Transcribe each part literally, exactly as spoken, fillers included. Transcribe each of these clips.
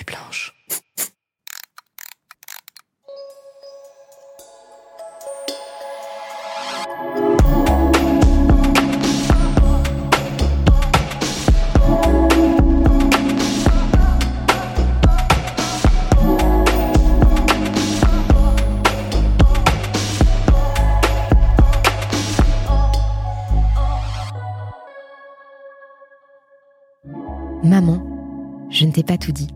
feuille blanche. Maman, je ne t'ai pas tout dit.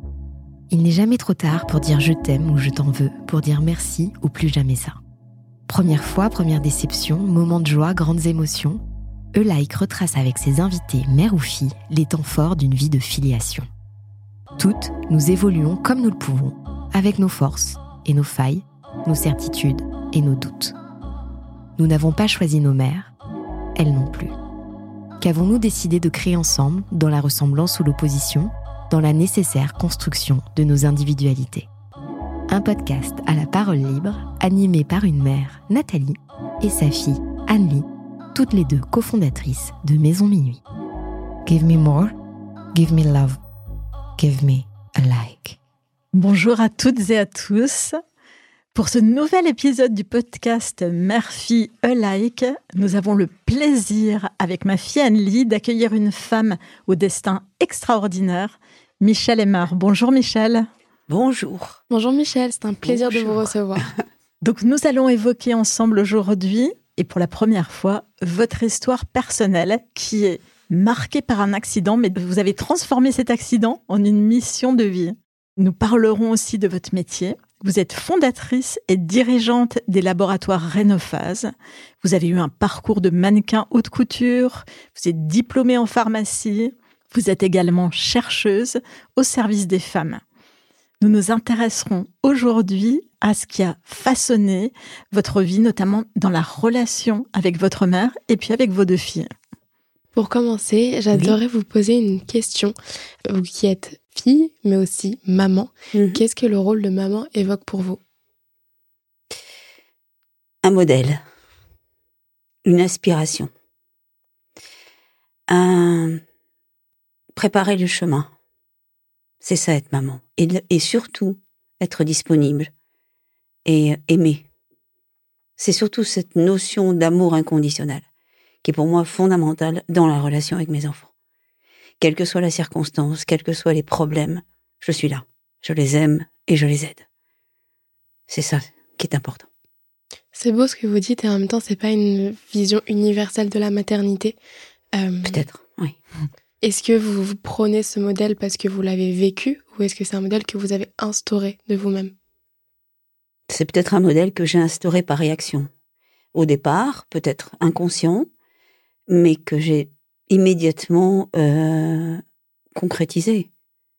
Il n'est jamais trop tard pour dire je t'aime ou je t'en veux, pour dire merci ou plus jamais ça. Première fois, première déception, moment de joie, grandes émotions, Eulaïque retrace avec ses invités, mère ou fille, les temps forts d'une vie de filiation. Toutes, nous évoluons comme nous le pouvons, avec nos forces et nos failles, nos certitudes et nos doutes. Nous n'avons pas choisi nos mères, elles non plus. Qu'avons-nous décidé de créer ensemble, dans la ressemblance ou l'opposition, dans la nécessaire construction de nos individualités? Un podcast à la parole libre, animé par une mère, Nathalie, et sa fille, Anne-Lie, toutes les deux cofondatrices de Maison Minuit. Give me more, give me love, give me a like. Bonjour à toutes et à tous. Pour ce nouvel épisode du podcast Mère-Fille Alike, nous avons le plaisir, avec ma fille Anne-Lie, d'accueillir une femme au destin extraordinaire, Michèle Aymar. Bonjour Michèle. Bonjour. Bonjour Michèle, c'est un plaisir Bonjour. de vous recevoir. Donc nous allons évoquer ensemble aujourd'hui, et pour la première fois, votre histoire personnelle qui est marquée par un accident, mais vous avez transformé cet accident en une mission de vie. Nous parlerons aussi de votre métier. Vous êtes fondatrice et dirigeante des laboratoires Rénophase. Vous avez eu un parcours de mannequin haute couture. Vous êtes diplômée en pharmacie. Vous êtes également chercheuse au service des femmes. Nous nous intéresserons aujourd'hui à ce qui a façonné votre vie, notamment dans la relation avec votre mère et puis avec vos deux filles. Pour commencer, j'adorerais oui. vous poser une question. Vous qui êtes fille, mais aussi maman. Mmh. Qu'est-ce que le rôle de maman évoque pour vous ? Un modèle, une aspiration, un préparer le chemin. C'est ça être maman. Et, et surtout, être disponible et aimer. C'est surtout cette notion d'amour inconditionnel qui est pour moi fondamentale dans la relation avec mes enfants. Quelle que soit la circonstance, quels que soient les problèmes, je suis là. Je les aime et je les aide. C'est ça qui est important. C'est beau ce que vous dites et en même temps, c'est pas une vision universelle de la maternité. Euh, Peut-être, oui. Est-ce que vous, vous prônez ce modèle parce que vous l'avez vécu ou est-ce que c'est un modèle que vous avez instauré de vous-même ? C'est peut-être un modèle que j'ai instauré par réaction. Au départ, peut-être inconscient, mais que j'ai immédiatement euh, concrétisé.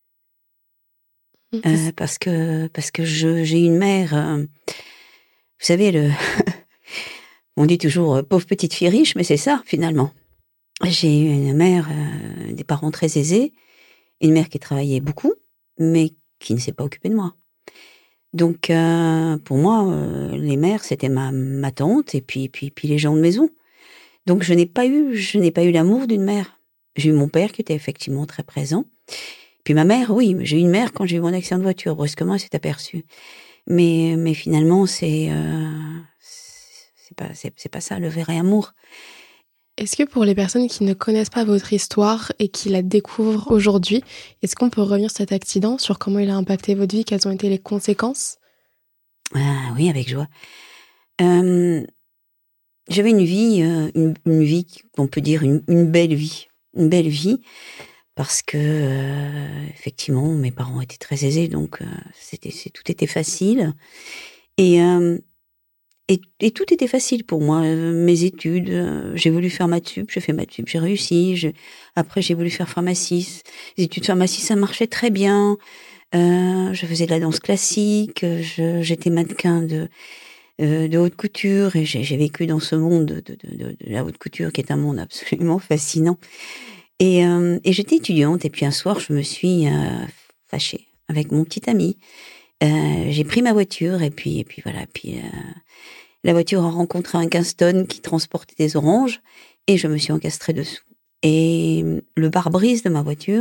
Euh, parce que parce que je, j'ai une mère, euh, vous savez, le on dit toujours euh, pauvre petite fille riche, mais c'est ça finalement. J'ai eu une mère, euh, des parents très aisés, une mère qui travaillait beaucoup, mais qui ne s'est pas occupée de moi. Donc euh, pour moi, euh, les mères c'était ma ma tante et puis puis puis les gens de maison. Donc je n'ai pas eu, je n'ai pas eu l'amour d'une mère. J'ai eu mon père qui était effectivement très présent. Puis ma mère, oui, j'ai eu une mère quand j'ai eu mon accident de voiture. Brusquement, elle s'est aperçue. Mais mais finalement, c'est euh, c'est pas c'est, c'est pas ça le vrai amour. Est-ce que pour les personnes qui ne connaissent pas votre histoire et qui la découvrent aujourd'hui, est-ce qu'on peut revenir sur cet accident, sur comment il a impacté votre vie, quelles ont été les conséquences ? Ah oui, avec joie. Euh, J'avais une vie, euh, une, une vie, on peut dire une, une belle vie, une belle vie, parce que euh, effectivement mes parents étaient très aisés, donc euh, c'était, c'est, tout était facile, et, euh, et et tout était facile pour moi. Euh, mes études, euh, j'ai voulu faire maths sup, j'ai fait maths sup, j'ai réussi. Je, après j'ai voulu faire pharmacie, les études de pharmacie ça marchait très bien. Euh, je faisais de la danse classique, je, j'étais mannequin de de haute couture et j'ai, j'ai vécu dans ce monde de, de, de, de la haute couture qui est un monde absolument fascinant. Et, euh, et j'étais étudiante et puis un soir je me suis euh, fâchée avec mon petit ami. Euh, j'ai pris ma voiture et puis et puis voilà. Puis euh, la voiture a rencontré un quinze tonnes qui transportait des oranges et je me suis encastrée dessous. Et le pare-brise de ma voiture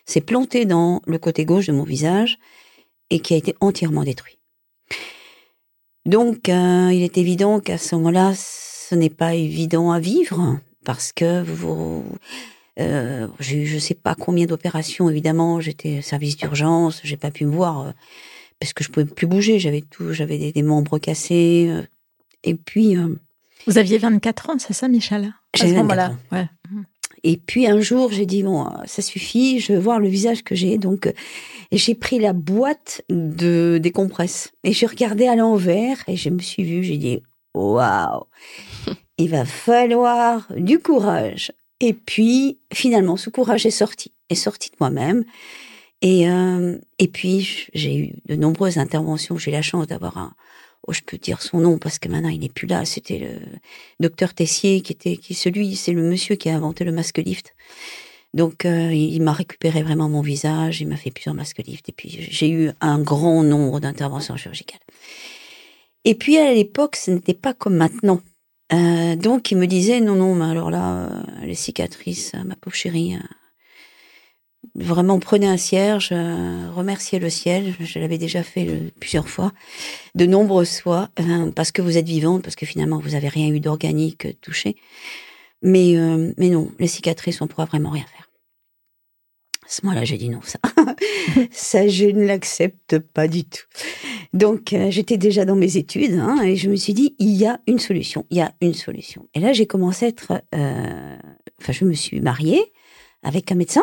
s'est planté dans le côté gauche de mon visage et qui a été entièrement détruit. Donc, euh, il est évident qu'à ce moment-là, ce n'est pas évident à vivre parce que vous, euh, j'ai eu je sais pas combien d'opérations, évidemment, j'étais service d'urgence, j'ai pas pu me voir euh, parce que je pouvais plus bouger, j'avais tout, j'avais des, des membres cassés euh, et puis... Euh, Vous aviez vingt-quatre ans, c'est ça, Michel? J'avais vingt-quatre ans. Ouais. Et puis un jour, j'ai dit bon, ça suffit, je veux voir le visage que j'ai. Donc, j'ai pris la boîte de des compresses et j'ai regardé à l'envers et je me suis vue. J'ai dit waouh, il va falloir du courage. Et puis finalement, ce courage est sorti, est sorti de moi-même. Et euh, et puis j'ai eu de nombreuses interventions. J'ai eu la chance d'avoir un Oh, je peux dire son nom parce que maintenant il n'est plus là. C'était le docteur Tessier qui était, qui celui, c'est le monsieur qui a inventé le masque lift. Donc euh, il m'a récupéré vraiment mon visage, il m'a fait plusieurs masques lift et puis j'ai eu un grand nombre d'interventions chirurgicales. Et puis à l'époque, ce n'était pas comme maintenant. Euh, donc il me disait non non, mais alors là euh, les cicatrices, ma pauvre chérie. Euh, Vraiment, prenez un cierge, euh, remerciez le ciel. Je l'avais déjà fait le, plusieurs fois, de nombreuses fois, euh, parce que vous êtes vivante, parce que finalement vous avez rien eu d'organique euh, touché. Mais euh, mais non, les cicatrices, on pourra vraiment rien faire. À ce moment-là, j'ai dit non, ça, ça, je ne l'accepte pas du tout. Donc euh, j'étais déjà dans mes études, hein, et je me suis dit il y a une solution, il y a une solution. Et là, j'ai commencé à être, euh, enfin, je me suis mariée avec un médecin.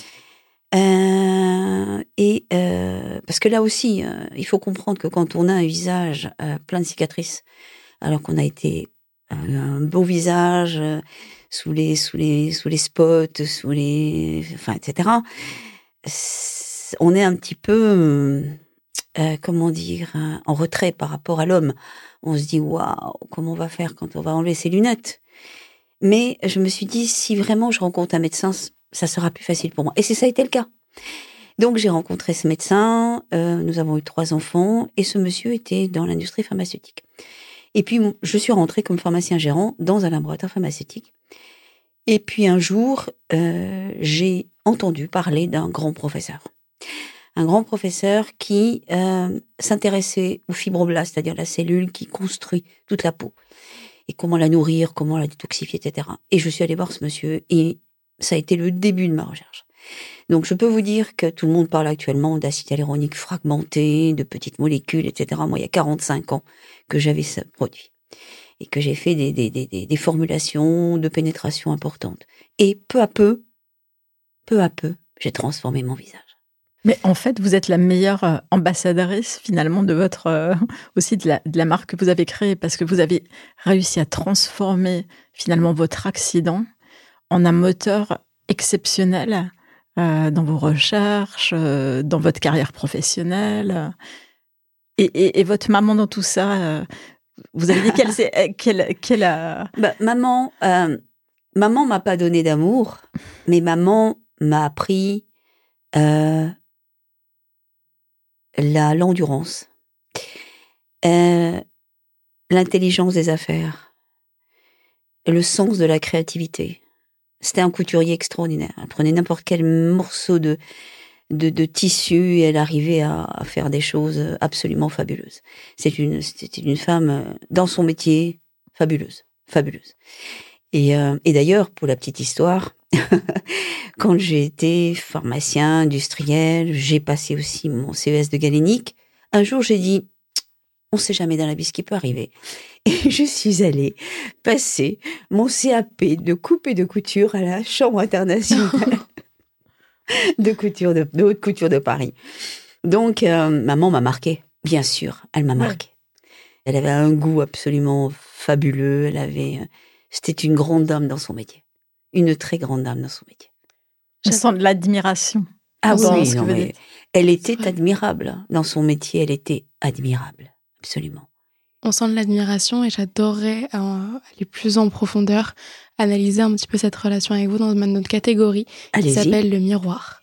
Euh, et euh, parce que là aussi, euh, il faut comprendre que quand on a un visage euh, plein de cicatrices, alors qu'on a été euh, un beau visage euh, sous les sous les sous les spots, sous les, enfin, et cetera. On est un petit peu, euh, comment dire, en retrait par rapport à l'homme. On se dit waouh, comment on va faire quand on va enlever ses lunettes? Mais je me suis dit si vraiment je rencontre un médecin, ça sera plus facile pour moi. Et c'est ça a été le cas. Donc j'ai rencontré ce médecin, euh, nous avons eu trois enfants, et ce monsieur était dans l'industrie pharmaceutique. Et puis je suis rentrée comme pharmacien gérant dans un laboratoire pharmaceutique. Et puis un jour, euh, j'ai entendu parler d'un grand professeur. Un grand professeur qui euh, s'intéressait aux fibroblastes, c'est-à-dire la cellule qui construit toute la peau. Et comment la nourrir, comment la détoxifier, et cetera. Et je suis allée voir ce monsieur, et ça a été le début de ma recherche. Donc, je peux vous dire que tout le monde parle actuellement d'acide hyaluronique fragmenté, de petites molécules, et cetera. Moi, il y a quarante-cinq ans que j'avais ce produit et que j'ai fait des, des, des, des formulations de pénétration importantes. Et peu à peu, peu à peu, j'ai transformé mon visage. Mais en fait, vous êtes la meilleure ambassadrice finalement de votre euh, aussi de la, de la marque que vous avez créée parce que vous avez réussi à transformer finalement votre accident en un moteur exceptionnel euh, dans vos recherches, euh, dans votre carrière professionnelle. Et, et, et votre maman dans tout ça, euh, vous avez dit qu'elle... qu'elle, qu'elle a... bah, maman, euh, maman m'a pas donné d'amour, mais maman m'a appris euh, la, l'endurance, euh, l'intelligence des affaires, le sens de la créativité. C'était un couturier extraordinaire. Elle prenait n'importe quel morceau de, de, de tissu et elle arrivait à, à faire des choses absolument fabuleuses. C'est une, c'était une femme, dans son métier, fabuleuse. Fabuleuse. Et, euh, et d'ailleurs, pour la petite histoire, quand j'ai été pharmacien, industriel, j'ai passé aussi mon C E S de galénique. Un jour, j'ai dit, on sait jamais dans la vie ce qui peut arriver. Et je suis allée passer mon C A P de coupe et de couture à la Chambre internationale de couture de, de haute couture de Paris. Donc, euh, maman m'a marquée, bien sûr, elle m'a marquée. Ouais. Elle avait un goût absolument fabuleux. Elle avait, c'était une grande dame dans son métier, une très grande dame dans son métier. Je sens de l'admiration. Ah oui, non, mais elle était admirable dans son métier. Elle était admirable, absolument. On sent de l'admiration et j'adorerais aller plus en profondeur, analyser un petit peu cette relation avec vous dans notre catégorie Allez-y. Qui s'appelle le miroir.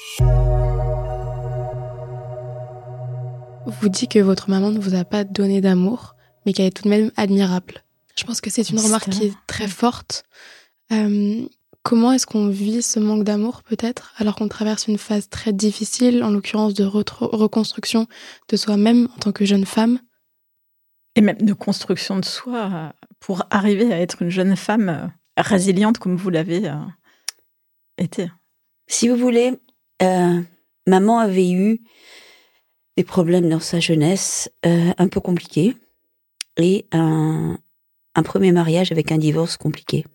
Vous dites que votre maman ne vous a pas donné d'amour, mais qu'elle est tout de même admirable. Je pense que c'est une remarque qui est très forte. Euh, Comment est-ce qu'on vit ce manque d'amour, peut-être, alors qu'on traverse une phase très difficile, en l'occurrence de retro- reconstruction de soi-même en tant que jeune femme? Et même de construction de soi pour arriver à être une jeune femme résiliente comme vous l'avez euh, été. Si vous voulez, euh, maman avait eu des problèmes dans sa jeunesse euh, un peu compliqués et un, un premier mariage avec un divorce compliqué.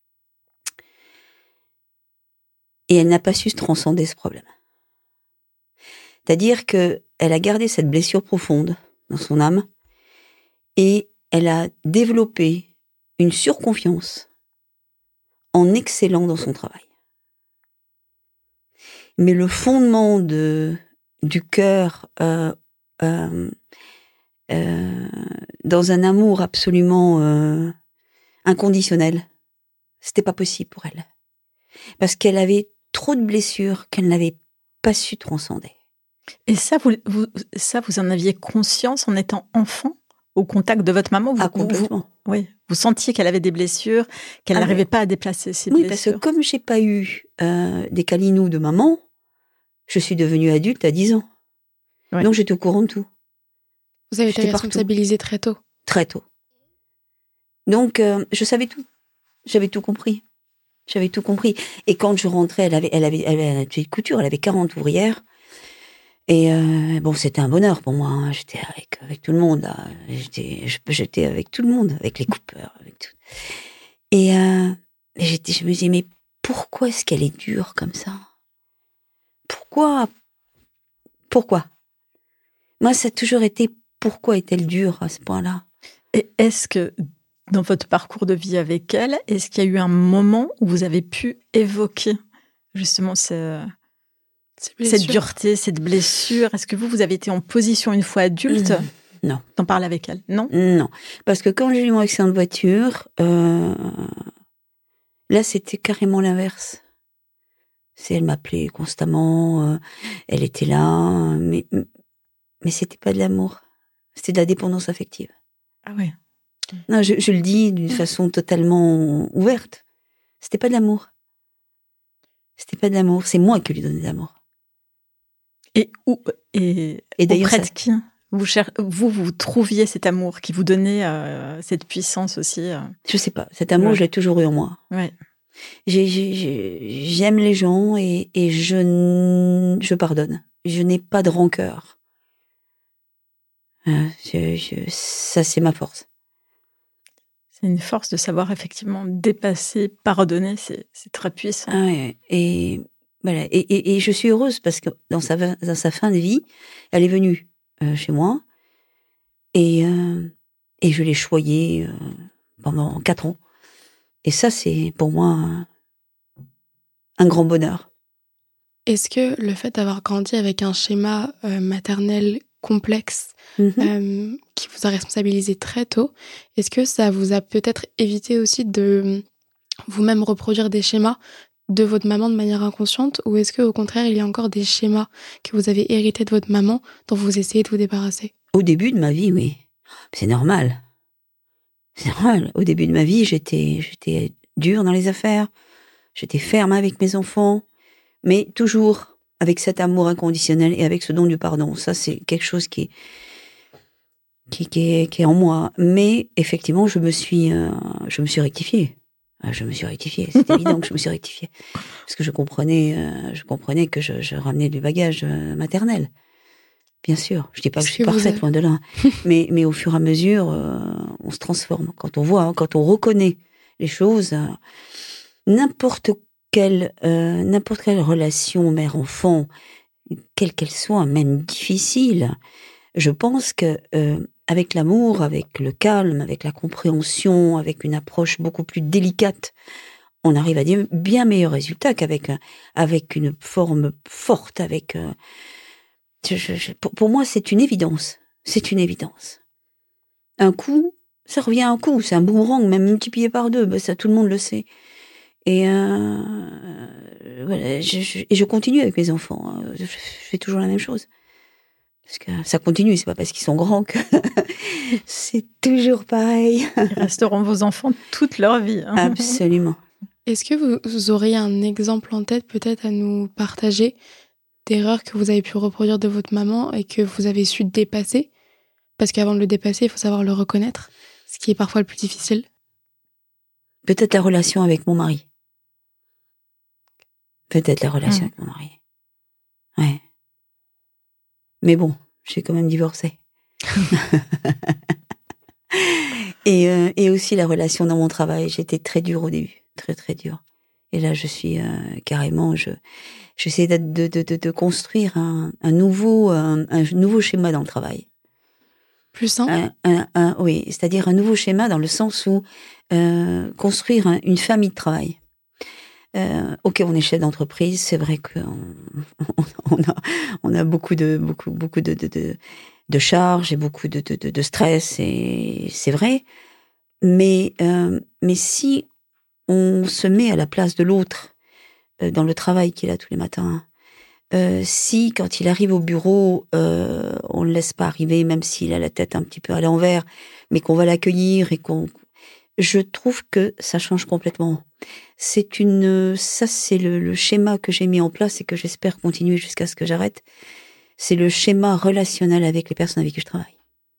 Et elle n'a pas su se transcender ce problème. C'est-à-dire que elle a gardé cette blessure profonde dans son âme et elle a développé une surconfiance en excellant dans son travail. Mais le fondement de, du cœur euh, euh, euh, dans un amour absolument euh, inconditionnel, c'était pas possible pour elle. Parce qu'elle avait trop de blessures qu'elle n'avait pas su transcender. Et ça, vous, vous, ça, vous en aviez conscience en étant enfant, au contact de votre maman? Vous, Ah, complètement. Vous, oui, vous sentiez qu'elle avait des blessures, qu'elle ah, n'arrivait pas à déplacer ses oui, blessures. Oui, parce que comme j'ai pas eu euh, des câlinous de maman, je suis devenue adulte à dix ans. Ouais. Donc j'étais au courant de tout. Vous avez été responsabilisée très tôt. Très tôt. Donc euh, je savais tout. J'avais tout compris. J'avais tout compris. Et quand je rentrais, elle avait, elle avait, elle avait un atelier de couture, elle avait quarante ouvrières. Et euh, bon, c'était un bonheur pour moi. Hein. J'étais avec avec tout le monde là. J'étais, j'étais avec tout le monde, avec les coupeurs, avec tout. Et euh, j'étais, je me disais, mais pourquoi est-ce qu'elle est dure comme ça? Pourquoi? Pourquoi? Moi, ça a toujours été, pourquoi est-elle dure à ce point-là? Et est-ce que dans votre parcours de vie avec elle, est-ce qu'il y a eu un moment où vous avez pu évoquer justement ce, cette dureté, cette blessure? Est-ce que vous, vous avez été en position une fois adulte mmh, non. d'en parler avec elle? Non? Non. Parce que quand j'ai eu mon accident de voiture, euh, là, c'était carrément l'inverse. C'est, elle m'appelait constamment, euh, elle était là, mais, mais c'était pas de l'amour. C'était de la dépendance affective. Ah ouais. Non, je, je le dis d'une façon totalement ouverte. C'était pas de l'amour. C'était pas de l'amour. C'est moi qui lui donnais de l'amour. Et où et, et d'ailleurs, auprès ça... de qui vous, cher... vous vous trouviez cet amour qui vous donnait euh, cette puissance aussi euh... Je sais pas. Cet amour, ouais. Je l'ai toujours eu en moi. Ouais. J'ai, j'ai, j'aime les gens et, et je, je pardonne. Je n'ai pas de rancœur. Euh, je, je, ça, c'est ma force. C'est une force de savoir effectivement dépasser, pardonner, c'est, c'est très puissant. Ah ouais, et voilà, et, et, et je suis heureuse parce que dans sa, dans sa fin de vie, elle est venue euh, chez moi et, euh, et je l'ai choyée euh, pendant quatre ans. Et ça, c'est pour moi un, un grand bonheur. Est-ce que le fait d'avoir grandi avec un schéma euh, maternel complexe mmh. euh, qui vous a responsabilisé très tôt, est-ce que ça vous a peut-être évité aussi de vous-même reproduire des schémas de votre maman de manière inconsciente, ou est-ce qu'au contraire il y a encore des schémas que vous avez hérités de votre maman dont vous essayez de vous débarrasser? Au début de ma vie, oui. C'est normal. C'est normal. Au début de ma vie, j'étais, j'étais dure dans les affaires, j'étais ferme avec mes enfants, mais toujours avec cet amour inconditionnel et avec ce don du pardon. Ça, c'est quelque chose qui est, qui, qui est, qui est en moi. Mais effectivement, je me suis, euh, je me suis rectifiée. Je me suis rectifiée. C'est évident que je me suis rectifiée. Parce que je comprenais, euh, je comprenais que je, je ramenais du bagage euh, maternel. Bien sûr. Je dis pas que je suis parfaite, loin de là. mais, mais au fur et à mesure, euh, on se transforme. Quand on voit, hein, quand on reconnaît les choses, euh, n'importe quelle, euh, n'importe quelle relation mère-enfant, quelle qu'elle soit, même difficile, je pense que euh, avec l'amour, avec le calme, avec la compréhension, avec une approche beaucoup plus délicate, on arrive à des bien meilleurs résultats qu'avec avec une forme forte. Avec euh, je, je, pour, pour moi, c'est une évidence. C'est une évidence. Un coup, ça revient à un coup. C'est un boomerang, même multiplié par deux. Ben, ça, tout le monde le sait. Et euh, voilà, je, je, et je continue avec mes enfants. Je, je fais toujours la même chose. Parce que ça continue, c'est pas parce qu'ils sont grands que c'est toujours pareil. Ils resteront vos enfants toute leur vie. Hein. Absolument. Est-ce que vous, vous auriez un exemple en tête peut-être à nous partager d'erreurs que vous avez pu reproduire de votre maman et que vous avez su dépasser? Parce qu'avant de le dépasser, il faut savoir le reconnaître, ce qui est parfois le plus difficile. Peut-être la relation avec mon mari. Peut-être la relation mmh. avec mon mari. Ouais. Mais bon, j'ai quand même divorcé. et, euh, et aussi la relation dans mon travail. J'étais très dure au début. Très, très dure. Et là, je suis euh, carrément... Je, j'essaie de, de, de, de construire un, un, nouveau, un, un nouveau schéma dans le travail. Plus simple un, un, un, Oui, c'est-à-dire un nouveau schéma dans le sens où euh, construire un, une famille de travail. Euh, ok, on est chef d'entreprise, c'est vrai qu'on on, on a, on a beaucoup de, beaucoup, beaucoup de, de, de, de charges et beaucoup de, de, de stress, et c'est vrai. Mais, euh, mais si on se met à la place de l'autre euh, dans le travail qu'il a tous les matins, euh, si quand il arrive au bureau, euh, on le laisse pas arriver, même s'il a la tête un petit peu à l'envers, mais qu'on va l'accueillir et qu'on, je trouve que ça change complètement. C'est une, ça c'est le, le schéma que j'ai mis en place et que j'espère continuer jusqu'à ce que j'arrête. C'est le schéma relationnel avec les personnes avec qui je travaille.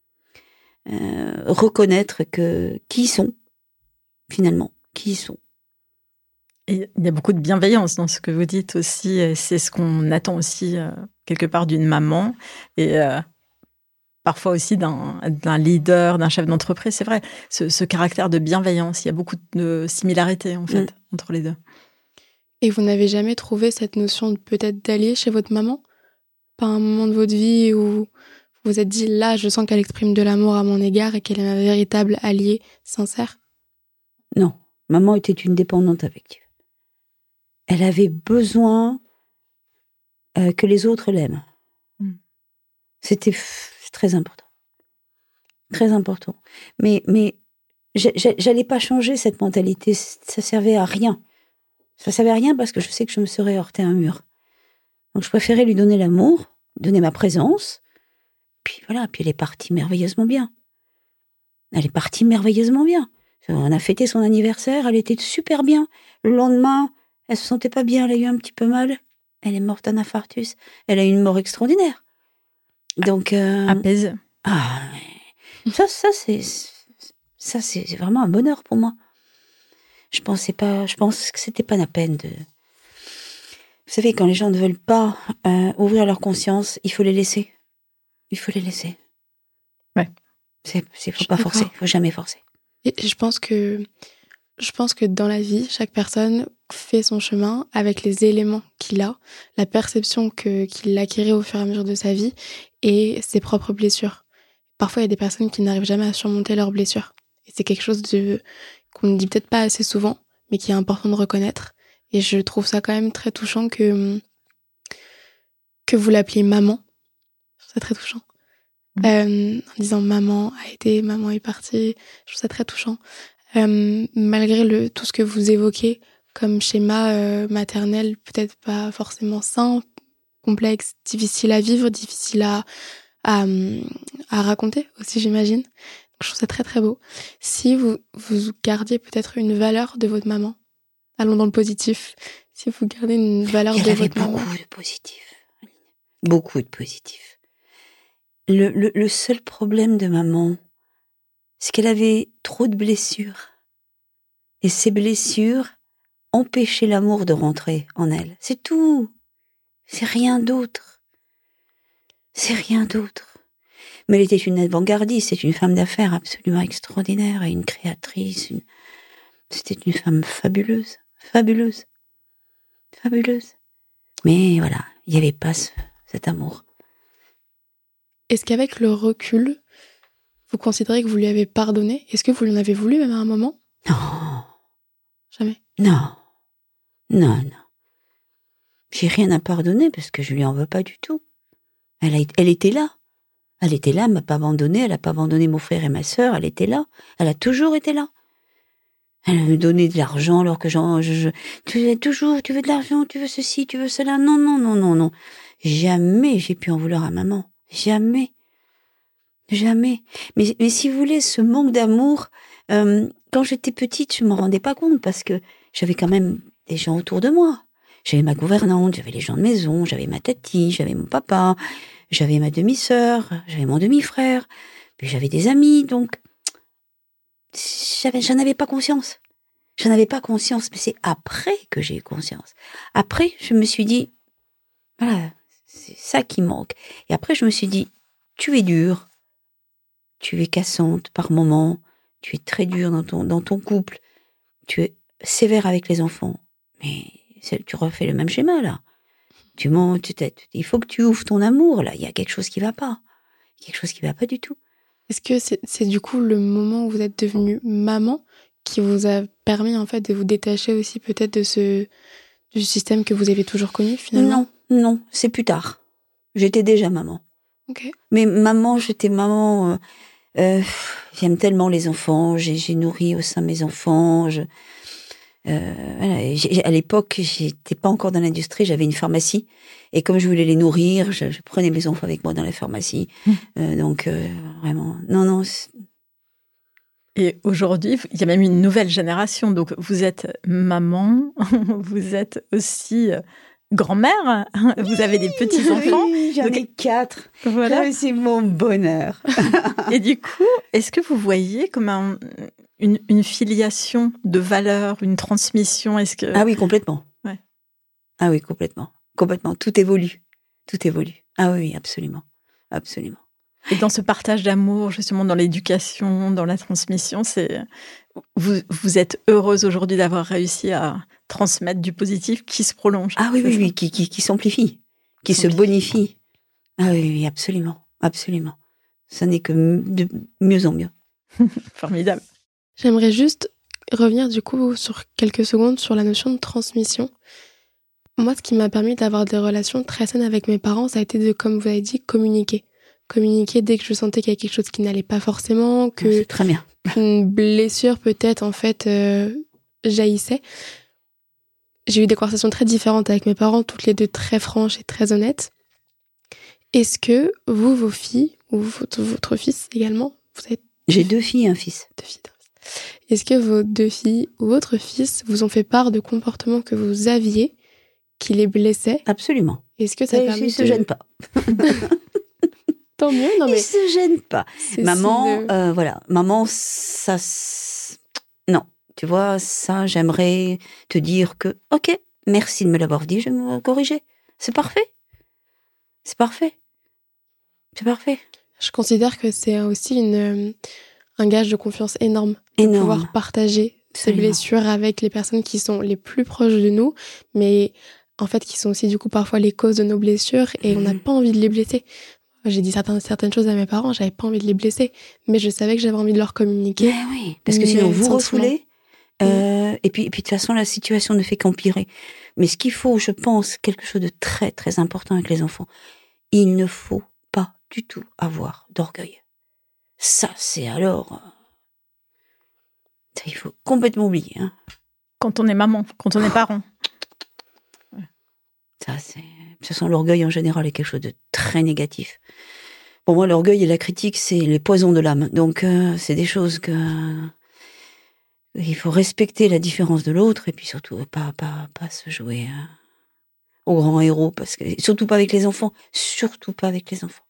Euh, reconnaître que qui ils sont finalement, qui ils sont. Et il y a beaucoup de bienveillance dans ce que vous dites aussi. C'est ce qu'on attend aussi euh, quelque part d'une maman et euh, parfois aussi d'un, d'un leader, d'un chef d'entreprise. C'est vrai, ce, ce caractère de bienveillance, il y a beaucoup de similarités en fait mmh. entre les deux. Et vous n'avez jamais trouvé cette notion de peut-être d'allié chez votre maman? Pas un moment de votre vie où vous vous êtes dit, là, je sens qu'elle exprime de l'amour à mon égard et qu'elle est ma véritable alliée sincère? Non, maman était une dépendante affective. Elle avait besoin euh, que les autres l'aiment. Mmh. C'était f- très important. Très important. Mais, mais j'allais pas changer cette mentalité. Ça servait à rien. Ça servait à rien parce que je sais que je me serais heurté à un mur. Donc je préférais lui donner l'amour, donner ma présence. Puis voilà, puis elle est partie merveilleusement bien. Elle est partie merveilleusement bien. On a fêté son anniversaire, elle était super bien. Le lendemain, elle se sentait pas bien, elle a eu un petit peu mal. Elle est morte d'un infarctus. Elle a eu une mort extraordinaire. Donc euh, apaisée. Ah, ça, ça c'est, ça c'est vraiment un bonheur pour moi. Je pensais pas, je pense que c'était pas la peine de. Vous savez, quand les gens ne veulent pas euh, ouvrir leur conscience, il faut les laisser. Il faut les laisser. Ouais. C'est, c'est faut pas forcer, faut jamais forcer. Et je pense que, je pense que dans la vie, chaque personne fait son chemin avec les éléments qu'il a, la perception que qu'il acquérait au fur et à mesure de sa vie et ses propres blessures. Parfois, il y a des personnes qui n'arrivent jamais à surmonter leurs blessures. Et c'est quelque chose de, qu'on ne dit peut-être pas assez souvent, mais qui est important de reconnaître. Et je trouve ça quand même très touchant que, que vous l'appeliez maman. Je trouve ça très touchant. Mmh. Euh, en disant maman a été, maman est partie. Je trouve ça très touchant. Euh, malgré le, tout ce que vous évoquez comme schéma euh, maternel, peut-être pas forcément sain, complexe, difficile à vivre, difficile à, à, à raconter aussi, j'imagine. Donc, je trouve ça très très beau. Si vous, vous gardiez peut-être une valeur de votre maman, allons dans le positif, si vous gardez une valeur de votre maman. Il y avait beaucoup de positifs. Beaucoup de positifs. Le, le, le seul problème de maman, c'est qu'elle avait trop de blessures. Et ces blessures empêchaient l'amour de rentrer en elle. C'est tout. C'est rien d'autre. C'est rien d'autre. Mais elle était une avant-gardiste, c'est une femme d'affaires absolument extraordinaire et une créatrice. Une... C'était une femme fabuleuse, fabuleuse, fabuleuse. Mais voilà, il n'y avait pas ce, cet amour. Est-ce qu'avec le recul, vous considérez que vous lui avez pardonné? Est-ce que vous lui en avez voulu même à un moment? Non. Jamais? Non. Non, non. J'ai rien à pardonner parce que je lui en veux pas du tout. Elle, a, elle était là. Elle était là, elle m'a pas abandonnée, elle a pas abandonné mon frère et ma sœur, elle était là. Elle a toujours été là. Elle me donnait de l'argent alors que j'en, je, je, tu veux toujours, tu veux de l'argent, tu veux ceci, tu veux cela. Non, non, non, non, non. Jamais j'ai pu en vouloir à maman. Jamais. Jamais. Mais, mais si vous voulez, ce manque d'amour, euh, quand j'étais petite, je m'en rendais pas compte parce que j'avais quand même des gens autour de moi. J'avais ma gouvernante, j'avais les gens de maison, j'avais ma tati, j'avais mon papa, j'avais ma demi-sœur, j'avais mon demi-frère, puis j'avais des amis, donc j'avais, j'en avais pas conscience. J'en avais pas conscience, mais c'est après que j'ai eu conscience. Après, je me suis dit, voilà, c'est ça qui manque. Et après, je me suis dit, tu es dure, tu es cassante par moments, tu es très dure dans ton, dans ton couple, tu es sévère avec les enfants, mais tu refais le même schéma, là. Tu mens, tu t'es, il faut que tu ouvres ton amour, là. Il y a quelque chose qui va pas. Quelque chose qui va pas du tout. Est-ce que c'est, c'est du coup le moment où vous êtes devenue maman qui vous a permis, en fait, de vous détacher aussi peut-être de ce, du système que vous avez toujours connu, finalement? Non, non, c'est plus tard. J'étais déjà maman. Ok. Mais maman, j'étais maman, euh, euh, j'aime tellement les enfants, j'ai, j'ai nourri au sein de mes enfants, je, Euh, voilà, j'ai, à l'époque, j'étais pas encore dans l'industrie, j'avais une pharmacie, et comme je voulais les nourrir, je, je prenais mes enfants avec moi dans la pharmacie. Mmh. Euh, donc euh, vraiment, non, non. C'est... Et aujourd'hui, il y a même une nouvelle génération. Donc vous êtes maman, vous êtes aussi grand-mère, vous avez des petits enfants. Oui, j'en donc, ai quatre. Voilà, ah, c'est mon bonheur. Et du coup, est-ce que vous voyez comme un Une, une filiation de valeurs, une transmission, est-ce que... Ah oui, complètement. Ouais. Ah oui, complètement. Complètement. Tout évolue. Tout évolue. Ah oui, absolument. Absolument. Et dans ce partage d'amour, justement, dans l'éducation, dans la transmission, c'est... Vous, vous êtes heureuse aujourd'hui d'avoir réussi à transmettre du positif qui se prolonge. Ah oui, oui, oui, qui, qui, qui s'amplifie, qui s'amplifie. Se bonifie. Ah oui, oui, absolument. Absolument. Ça n'est que de mieux en mieux. Formidable. J'aimerais juste revenir du coup sur quelques secondes sur la notion de transmission. Moi, ce qui m'a permis d'avoir des relations très saines avec mes parents, ça a été de, comme vous avez dit, communiquer. Communiquer dès que je sentais qu'il y avait quelque chose qui n'allait pas forcément, que c'est très bien. Qu'une blessure peut-être en fait euh, jaillissait. J'ai eu des conversations très différentes avec mes parents, toutes les deux très franches et très honnêtes. Est-ce que vous, vos filles, ou votre, votre fils également, vous avez... J'ai deux filles et un fils. Deux filles. Est-ce que vos deux filles ou votre fils vous ont fait part de comportements que vous aviez qui les blessaient? Absolument. Est-ce que ça et permet ils de... se gênent pas. Tant mieux, non mais... Ils se gênent pas. Maman, si de... euh, voilà, maman, ça... Non, tu vois, ça, j'aimerais te dire que, ok, merci de me l'avoir dit, je vais me corriger. C'est parfait. C'est parfait. C'est parfait. Je considère que c'est aussi une... un gage de confiance énorme, énorme. De pouvoir partager ces blessures avec les personnes qui sont les plus proches de nous, mais en fait qui sont aussi du coup parfois les causes de nos blessures et mmh. on n'a pas envie de les blesser. J'ai dit certaines, certaines choses à mes parents, j'avais pas envie de les blesser, mais je savais que j'avais envie de leur communiquer. Mais oui, parce que sinon vous refoulez, euh, mmh. et puis, et puis de toute façon la situation ne fait qu'empirer. Mais ce qu'il faut, je pense, quelque chose de très très important avec les enfants, il ne faut pas du tout avoir d'orgueil. Ça, c'est alors... Ça, il faut complètement oublier. Hein. Quand on est maman, quand on est parent. Ouais. Ça, c'est... De toute façon, l'orgueil, en général, est quelque chose de très négatif. Pour moi, l'orgueil et la critique, c'est les poisons de l'âme. Donc, euh, c'est des choses que... Il faut respecter la différence de l'autre et puis surtout, pas, pas, pas se jouer hein, au grand héros. Parce que... Surtout pas avec les enfants. Surtout pas avec les enfants.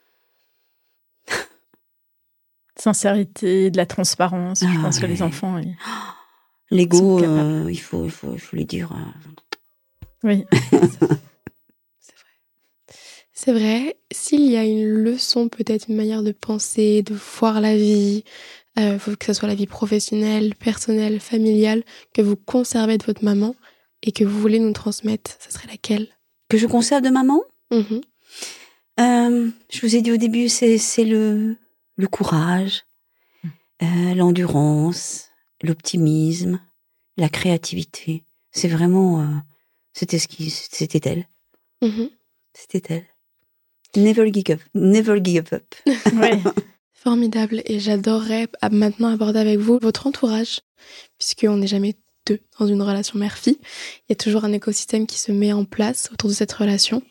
Sincérité, de la transparence. Ah, je pense ouais. que les enfants... Ils... L'ego, euh, il, faut, il, faut, il faut lui dire... Euh... Oui. C'est vrai. C'est vrai. S'il y a une leçon, peut-être une manière de penser, de voir la vie, euh, que ce soit la vie professionnelle, personnelle, familiale, que vous conservez de votre maman et que vous voulez nous transmettre, ça serait laquelle? Que je conserve de maman mm-hmm. euh, Je vous ai dit au début, c'est, c'est le... le courage, euh, l'endurance, l'optimisme, la créativité. C'est vraiment... Euh, c'était ce qui... C'était elle. Mm-hmm. C'était elle. Never give up. Never give up. Ouais. Formidable. Et j'adorerais maintenant aborder avec vous votre entourage, puisqu'on n'est jamais deux dans une relation mère-fille. Il y a toujours un écosystème qui se met en place autour de cette relation.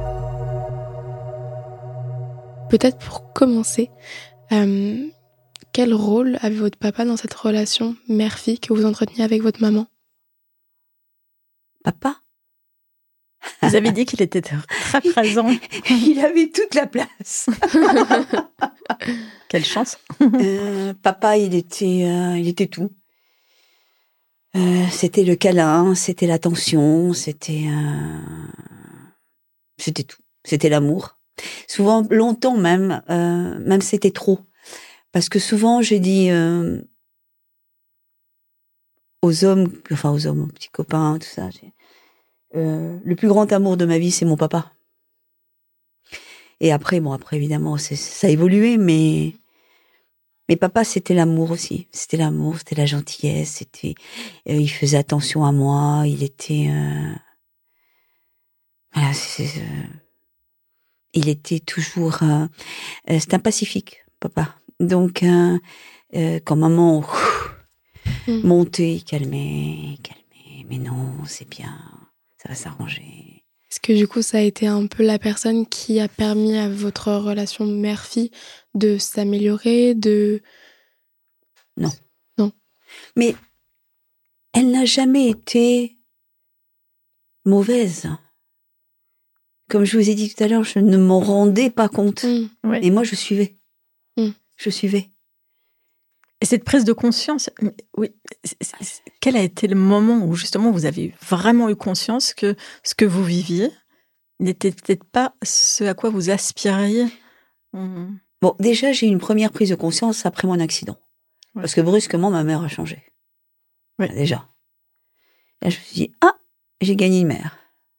Peut-être pour commencer, euh, quel rôle avait votre papa dans cette relation mère-fille que vous entreteniez avec votre maman? Papa? Vous avez dit qu'il était très présent. Il avait toute la place. Quelle chance. euh, papa, il était, euh, il était tout. Euh, c'était le câlin, c'était l'attention, c'était, euh, c'était tout. C'était l'amour. Souvent, longtemps même, euh, même c'était trop. Parce que souvent, j'ai dit euh, aux hommes, enfin aux hommes, aux petits copains, tout ça, j'ai, euh, le plus grand amour de ma vie, c'est mon papa. Et après, bon, après évidemment, c'est, ça a évolué, mais mais papa, c'était l'amour aussi. C'était l'amour, c'était la gentillesse, c'était, euh, il faisait attention à moi, il était, euh, voilà, c'est, c'est, euh, il était toujours, euh, euh, c'était un pacifique, papa. Donc, euh, euh, quand maman ouf, mm. montait, il calmait, il calmait, mais non, c'est bien, ça va s'arranger. Est-ce que du coup, ça a été un peu la personne qui a permis à votre relation mère-fille de s'améliorer, de... Non. Non. Mais elle n'a jamais été mauvaise. Comme je vous ai dit tout à l'heure, je ne m'en rendais pas compte. Mmh, ouais. Et moi, je suivais. Mmh. Je suivais. Et cette prise de conscience, oui, c'est, c'est, quel a été le moment où justement vous avez vraiment eu conscience que ce que vous viviez n'était peut-être pas ce à quoi vous aspiriez? Mmh. Bon, déjà, j'ai eu une première prise de conscience après mon accident. Ouais. Parce que brusquement, ma mère a changé. Ouais. Enfin, déjà. Là, je me suis dit, ah, j'ai gagné une mère.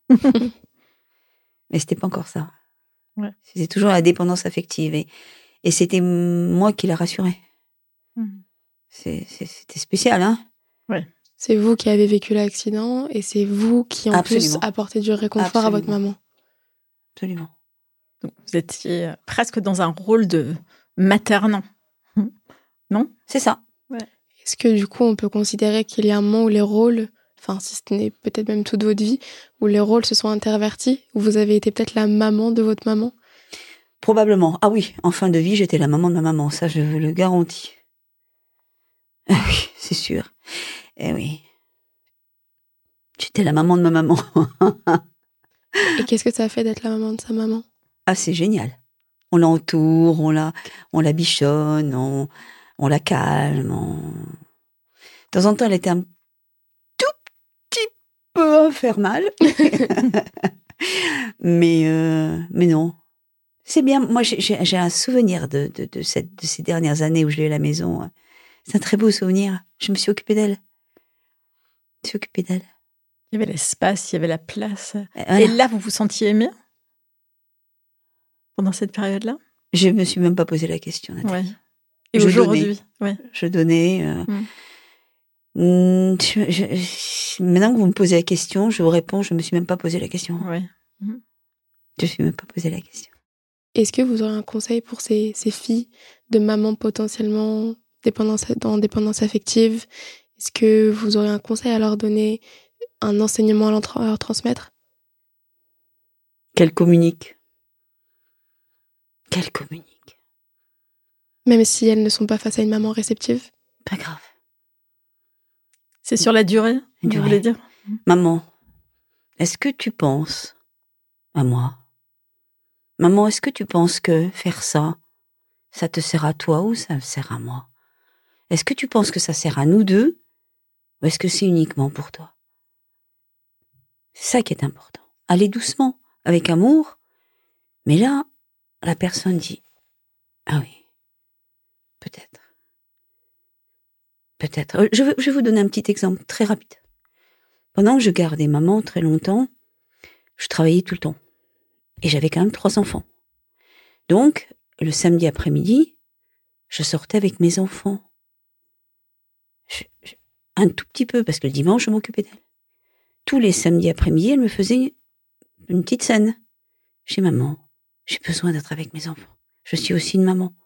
Mais c'était pas encore ça. Ouais. C'était toujours la dépendance affective. Et, et c'était moi qui la rassurais. Mmh. C'est, c'est, c'était spécial, hein? Ouais. C'est vous qui avez vécu l'accident et c'est vous qui, en Absolument. plus, apportez du réconfort Absolument. à votre maman. Absolument. Donc, vous étiez presque dans un rôle de maternant. Non? C'est ça. Ouais. Est-ce que, du coup, on peut considérer qu'il y a un moment où les rôles, enfin, si ce n'est peut-être même toute votre vie, où les rôles se sont intervertis, où vous avez été peut-être la maman de votre maman? Probablement. Ah oui, en fin de vie, j'étais la maman de ma maman. Ça, je vous le garantis. Ah oui, c'est sûr. Eh oui. J'étais la maman de ma maman. Et qu'est-ce que ça fait d'être la maman de sa maman? Ah, c'est génial. On l'entoure, on la, on la bichonne, on, on la calme. On... De temps en temps, elle était un tout petit peu infernale. mais, euh, mais non. C'est bien. Moi, j'ai, j'ai un souvenir de, de, de, cette, de ces dernières années où je l'ai eu à la maison. C'est un très beau souvenir. Je me suis occupée d'elle. Je me suis occupée d'elle. Il y avait l'espace, il y avait la place. Voilà. Et là, vous vous sentiez aimée pendant cette période-là? Je me suis même pas posé la question, Nathalie. Ouais. Et je aujourd'hui, donnais. Ouais. Je donnais. Euh, mm. je, je, maintenant que vous me posez la question, je vous réponds, je me suis même pas posé la question. Ouais. Mm. Je me suis même pas posé la question. Est-ce que vous aurez un conseil pour ces, ces filles de mamans potentiellement dépendance, dans dépendance affective? Est-ce que vous aurez un conseil à leur donner, un enseignement à leur, à leur transmettre? Qu'elles communiquent. Qu'elles communiquent. Même si elles ne sont pas face à une maman réceptive? Pas grave. C'est sur la durée, vous durée. voulez dire? Maman, est-ce que tu penses à moi? Maman, est-ce que tu penses que faire ça, ça te sert à toi ou ça me sert à moi? Est-ce que tu penses que ça sert à nous deux ou est-ce que c'est uniquement pour toi? C'est ça qui est important. Allez doucement, avec amour, mais là, la personne dit « Ah oui, peut-être. Peut-être. » Je vais, je vais vous donner un petit exemple très rapide. Pendant que je gardais maman très longtemps, je travaillais tout le temps. Et j'avais quand même trois enfants. Donc, le samedi après-midi, je sortais avec mes enfants. Je, je, un tout petit peu, parce que le dimanche, je m'occupais d'elle. Tous les samedis après-midi, elle me faisait une petite scène. Chez maman, j'ai besoin d'être avec mes enfants. Je suis aussi une maman.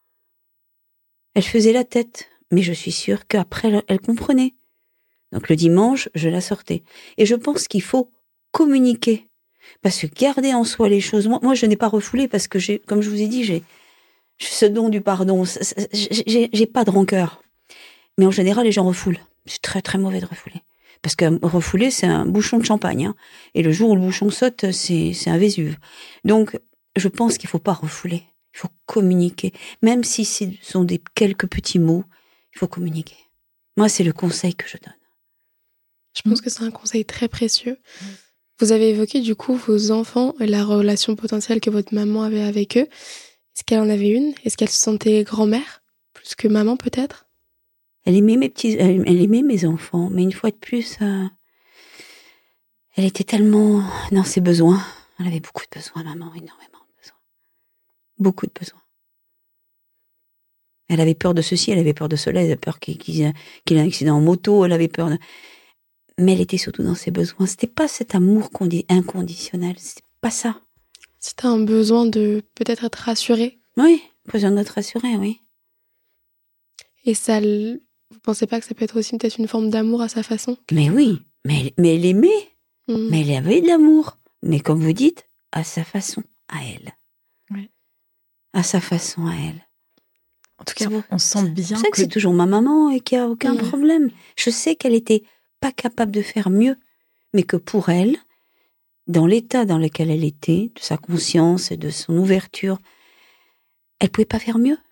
Elle faisait la tête, mais je suis sûre qu'après, elle, elle comprenait. Donc le dimanche, je la sortais. Et je pense qu'il faut communiquer. Parce que garder en soi les choses... Moi, moi je n'ai pas refoulé parce que, j'ai, comme je vous ai dit, j'ai, ce don du pardon, j'ai, j'ai pas de rancœur. Mais en général, les gens refoulent. C'est très, très mauvais de refouler. Parce que refouler, c'est un bouchon de champagne. Hein. Et le jour où le bouchon saute, c'est, c'est un Vésuve. Donc, je pense qu'il faut pas refouler. Il faut communiquer. Même si ce sont des quelques petits mots, il faut communiquer. Moi, c'est le conseil que je donne. Je pense que c'est un conseil très précieux. Vous avez évoqué du coup vos enfants et la relation potentielle que votre maman avait avec eux. Est-ce qu'elle en avait une ? Est-ce qu'elle se sentait grand-mère ? Plus que maman peut-être ? Elle aimait mes petits, elle, elle aimait mes enfants, mais une fois de plus, euh, elle était tellement dans ses besoins. Elle avait beaucoup de besoins, maman, énormément de besoins. Beaucoup de besoins. Elle avait peur de ceci, elle avait peur de cela, elle avait peur qu'il, qu'il, qu'il ait un accident en moto, elle avait peur de... Mais elle était surtout dans ses besoins. C'était pas cet amour condi- inconditionnel, c'était pas ça. C'était un besoin de peut-être être rassurée. Oui, besoin d'être rassurée, oui. Et ça, vous pensez pas que ça peut être aussi peut-être une forme d'amour à sa façon ? Mais oui, mais, mais elle aimait, mmh. mais elle avait de l'amour. Mais comme vous dites, à sa façon, à elle. Oui. À sa façon, à elle. En tout cas, on sent bien c'est que... que c'est toujours ma maman et qu'il n'y a aucun mmh. problème. Je sais qu'elle était pas capable de faire mieux, mais que pour elle, dans l'état dans lequel elle était, de sa conscience et de son ouverture, elle pouvait pas faire mieux.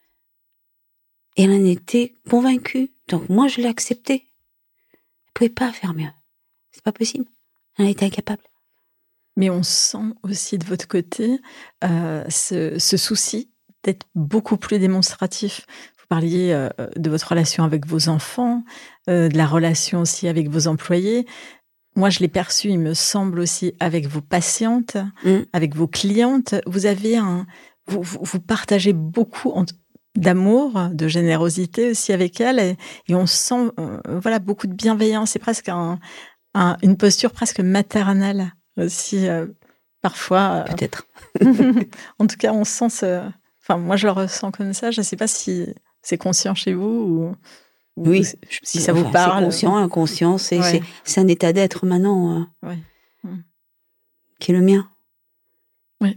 Et elle en était convaincue. Donc moi, je l'ai acceptée. Elle pouvait pas faire mieux. C'est pas possible. Elle en était incapable. Mais on sent aussi de votre côté euh, ce, ce souci d'être beaucoup plus démonstratif. Vous parliez euh, de votre relation avec vos enfants, euh, de la relation aussi avec vos employés. Moi, je l'ai perçu, il me semble aussi, avec vos patientes, mmh. avec vos clientes. Vous avez un, vous, vous, vous partagez beaucoup en, d'amour, de générosité aussi avec elles, et, et on sent, euh, voilà, beaucoup de bienveillance. C'est presque un, un, une posture presque maternelle aussi, euh, parfois. Euh, Peut-être. En tout cas, on sent ce. Enfin, moi, je le ressens comme ça. Je ne sais pas si c'est conscient chez vous ou. Oui, si ça vous enfin, parle. C'est conscient, inconscient, c'est, ouais. c'est, c'est un état d'être maintenant euh, ouais. mmh. qui est le mien. Oui.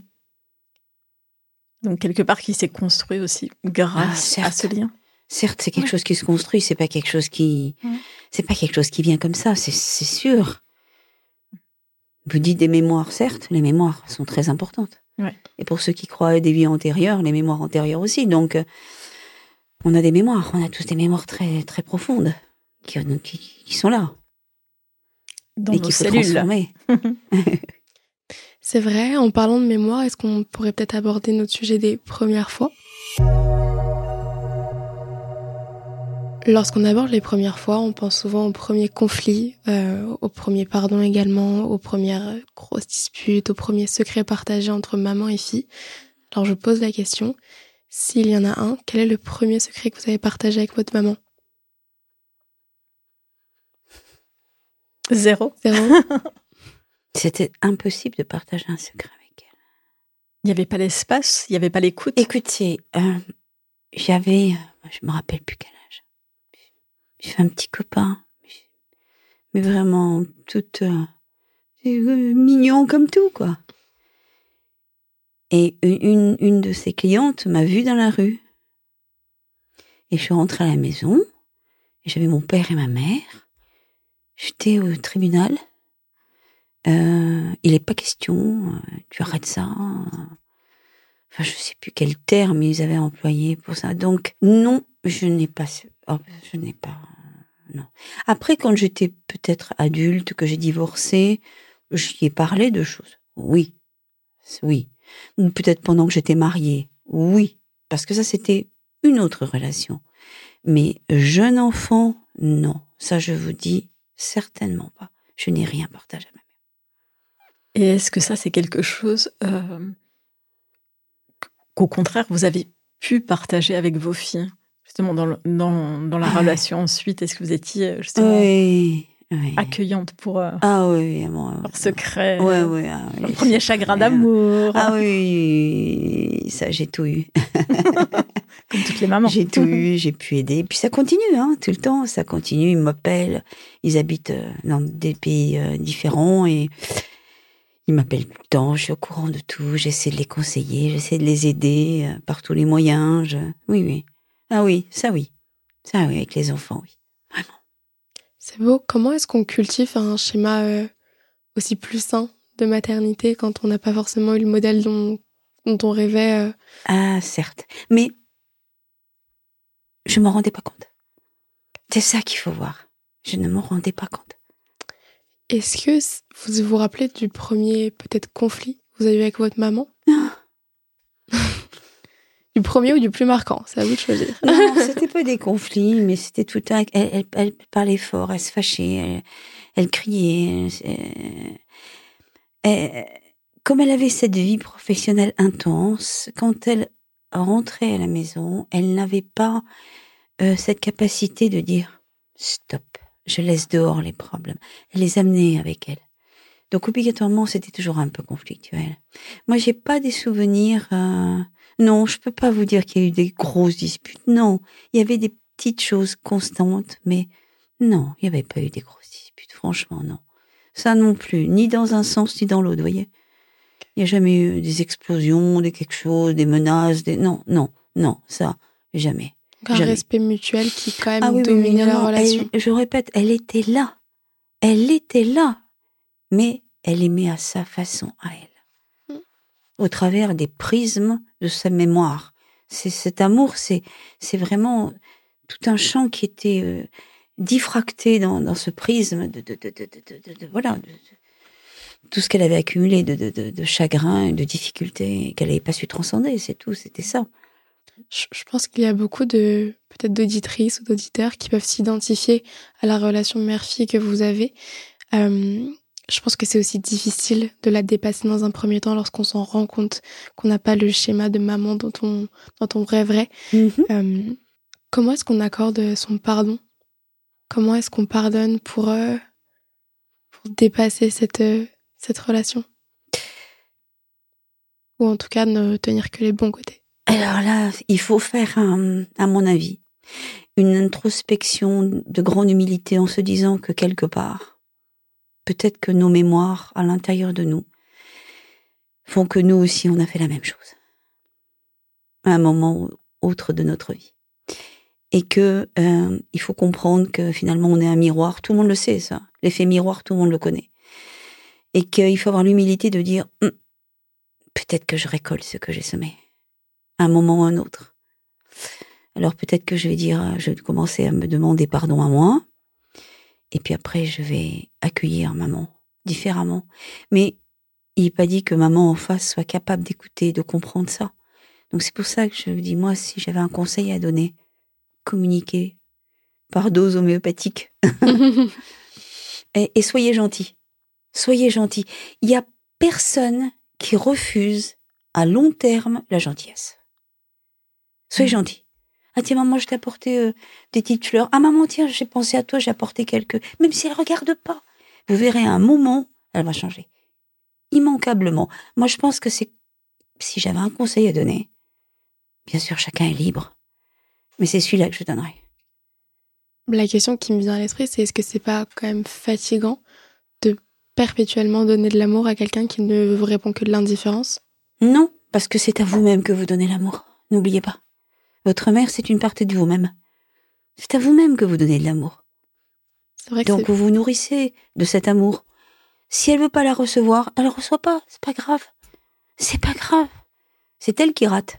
Donc, quelque part, qui s'est construit aussi grâce ah, à ce lien. Certes, c'est quelque ouais. chose qui se construit, c'est pas quelque chose qui, ouais. c'est pas quelque chose qui vient comme ça, c'est, c'est sûr. Vous dites des mémoires, certes, les mémoires sont très importantes. Ouais. Et pour ceux qui croient à des vies antérieures, les mémoires antérieures aussi. Donc, euh, on a des mémoires, on a tous des mémoires très, très profondes qui, qui, qui sont là. Dans et nos qu'il faut cellules. transformer. C'est vrai, en parlant de mémoire, est-ce qu'on pourrait peut-être aborder notre sujet des premières fois ? Lorsqu'on aborde les premières fois, on pense souvent au premier conflit, euh, au premier pardon également, aux premières grosses disputes, aux premiers secrets partagés entre maman et fille. Alors je pose la question, s'il y en a un, quel est le premier secret que vous avez partagé avec votre maman ? Zéro. Zéro. C'était impossible de partager un secret avec elle. Il n'y avait pas l'espace, il n'y avait pas l'écoute. Écoutez, euh, j'avais, je me rappelle plus quel âge. J'ai fait un petit copain, mais vraiment tout euh, mignon comme tout, quoi. Et une, une de ses clientes m'a vue dans la rue. Et je suis rentrée à la maison, et j'avais mon père et ma mère. J'étais au tribunal. Euh, il n'est pas question, euh, tu arrêtes ça. Enfin, je sais plus quel terme ils avaient employé pour ça. Donc, non, je n'ai pas... Oh, je n'ai pas... Non. Après, quand j'étais peut-être adulte, que j'ai divorcé, j'y ai parlé de choses. Oui. Oui. Ou peut-être pendant que j'étais mariée. Oui. Parce que ça, c'était une autre relation. Mais jeune enfant, non. Ça, je vous dis certainement pas. Je n'ai rien partagé à ma mère. Et est-ce que ça, c'est quelque chose euh, qu'au contraire, vous avez pu partager avec vos filles ? Justement, dans, le, dans, dans la ah, relation ensuite, est-ce que vous étiez justement oui, oui. accueillante pour euh, ah, oui, moi, leur secret, ouais, ouais, ah, leur oui, premier chagrin d'amour ? Ah oui, ça, j'ai tout eu. Comme toutes les mamans. J'ai tout eu, j'ai pu aider. Puis ça continue, hein, tout le temps, ça continue. Ils m'appellent, ils habitent dans des pays euh, différents et Ils m'appellent tout le temps, je suis au courant de tout, j'essaie de les conseiller, j'essaie de les aider euh, par tous les moyens. Je... Oui, oui. Ah oui, ça oui. Ça oui, avec les enfants, oui. Vraiment. C'est beau. Comment est-ce qu'on cultive un schéma euh, aussi plus sain de maternité quand on n'a pas forcément eu le modèle dont, dont on rêvait euh... Ah, certes. Mais je ne m'en rendais pas compte. C'est ça qu'il faut voir. Je ne m'en rendais pas compte. Est-ce que vous vous rappelez du premier, peut-être, conflit que vous avez eu avec votre maman? Non. Du premier ou du plus marquant? C'est à vous de choisir. Non, c'était pas des conflits, mais c'était tout un... Elle, elle, elle parlait fort, elle se fâchait, elle, elle criait. Elle, elle, comme elle avait cette vie professionnelle intense, quand elle rentrait à la maison, elle n'avait pas euh, cette capacité de dire « stop ». Je laisse dehors les problèmes. Elle les amenait avec elle. Donc, obligatoirement, c'était toujours un peu conflictuel. Moi, j'ai pas des souvenirs... Euh... Non, je peux pas vous dire qu'il y a eu des grosses disputes. Non, il y avait des petites choses constantes, mais non, il y avait pas eu des grosses disputes. Franchement, non. Ça non plus, ni dans un sens, ni dans l'autre, vous voyez. Il n'y a jamais eu des explosions, des quelque chose, des menaces, des... Non, non, non, ça, jamais. Un Jamais. respect mutuel qui quand même ah oui, dominait oui, non, la non, relation. Elle, je répète, elle était là. Elle était là. Mais elle aimait à sa façon, à elle. Mm. Au travers des prismes de sa mémoire. C'est, cet amour, c'est, c'est vraiment tout un champ qui était euh, diffracté dans, dans ce prisme de, de, de, de, de, de, de voilà, de, de, tout ce qu'elle avait accumulé de, de, de, de chagrin et de difficultés qu'elle n'avait pas su transcender, c'est tout, c'était ça. Je, je pense qu'il y a beaucoup de, peut-être d'auditrices ou d'auditeurs qui peuvent s'identifier à la relation mère-fille que vous avez. Euh, je pense que c'est aussi difficile de la dépasser dans un premier temps lorsqu'on s'en rend compte qu'on n'a pas le schéma de maman dont on, dont on rêverait. Mm-hmm. Euh, comment est-ce qu'on accorde son pardon? Comment est-ce qu'on pardonne pour, euh, pour dépasser cette, euh, cette relation? Ou en tout cas ne tenir que les bons côtés. Alors là, il faut faire, un, à mon avis, une introspection de grande humilité en se disant que quelque part, peut-être que nos mémoires à l'intérieur de nous font que nous aussi, on a fait la même chose. À un moment autre de notre vie. Et que euh, il faut comprendre que finalement, on est un miroir. Tout le monde le sait, ça. L'effet miroir, tout le monde le connaît. Et qu'il faut avoir l'humilité de dire hm, peut-être que je récolte ce que j'ai semé. À un moment ou un autre. Alors peut-être que je vais dire, je vais commencer à me demander pardon à moi. Et puis après, je vais accueillir maman différemment. Mais il n'est pas dit que maman en face soit capable d'écouter, de comprendre ça. Donc c'est pour ça que je vous dis, moi, si j'avais un conseil à donner, communiquer par dose homéopathique. et, et soyez gentils. Soyez gentils. Il n'y a personne qui refuse à long terme la gentillesse. Soyez mmh. gentils. Ah tiens, maman, je t'ai apporté euh, des petites fleurs. Ah maman, tiens, j'ai pensé à toi, j'ai apporté quelques... Même si elle ne regarde pas. Vous verrez, à un moment, elle va changer. Immanquablement. Moi, je pense que c'est... Si j'avais un conseil à donner, bien sûr, chacun est libre. Mais c'est celui-là que je donnerais. La question qui me vient à l'esprit, c'est est-ce que c'est pas quand même fatigant de perpétuellement donner de l'amour à quelqu'un qui ne vous répond que de l'indifférence? Non, parce que c'est à vous-même que vous donnez l'amour. N'oubliez pas. Votre mère, c'est une partie de vous-même. C'est à vous-même que vous donnez de l'amour. C'est vrai que Donc c'est... vous vous nourrissez de cet amour. Si elle veut pas la recevoir, elle ne reçoit pas. C'est pas grave. C'est pas grave. C'est elle qui rate.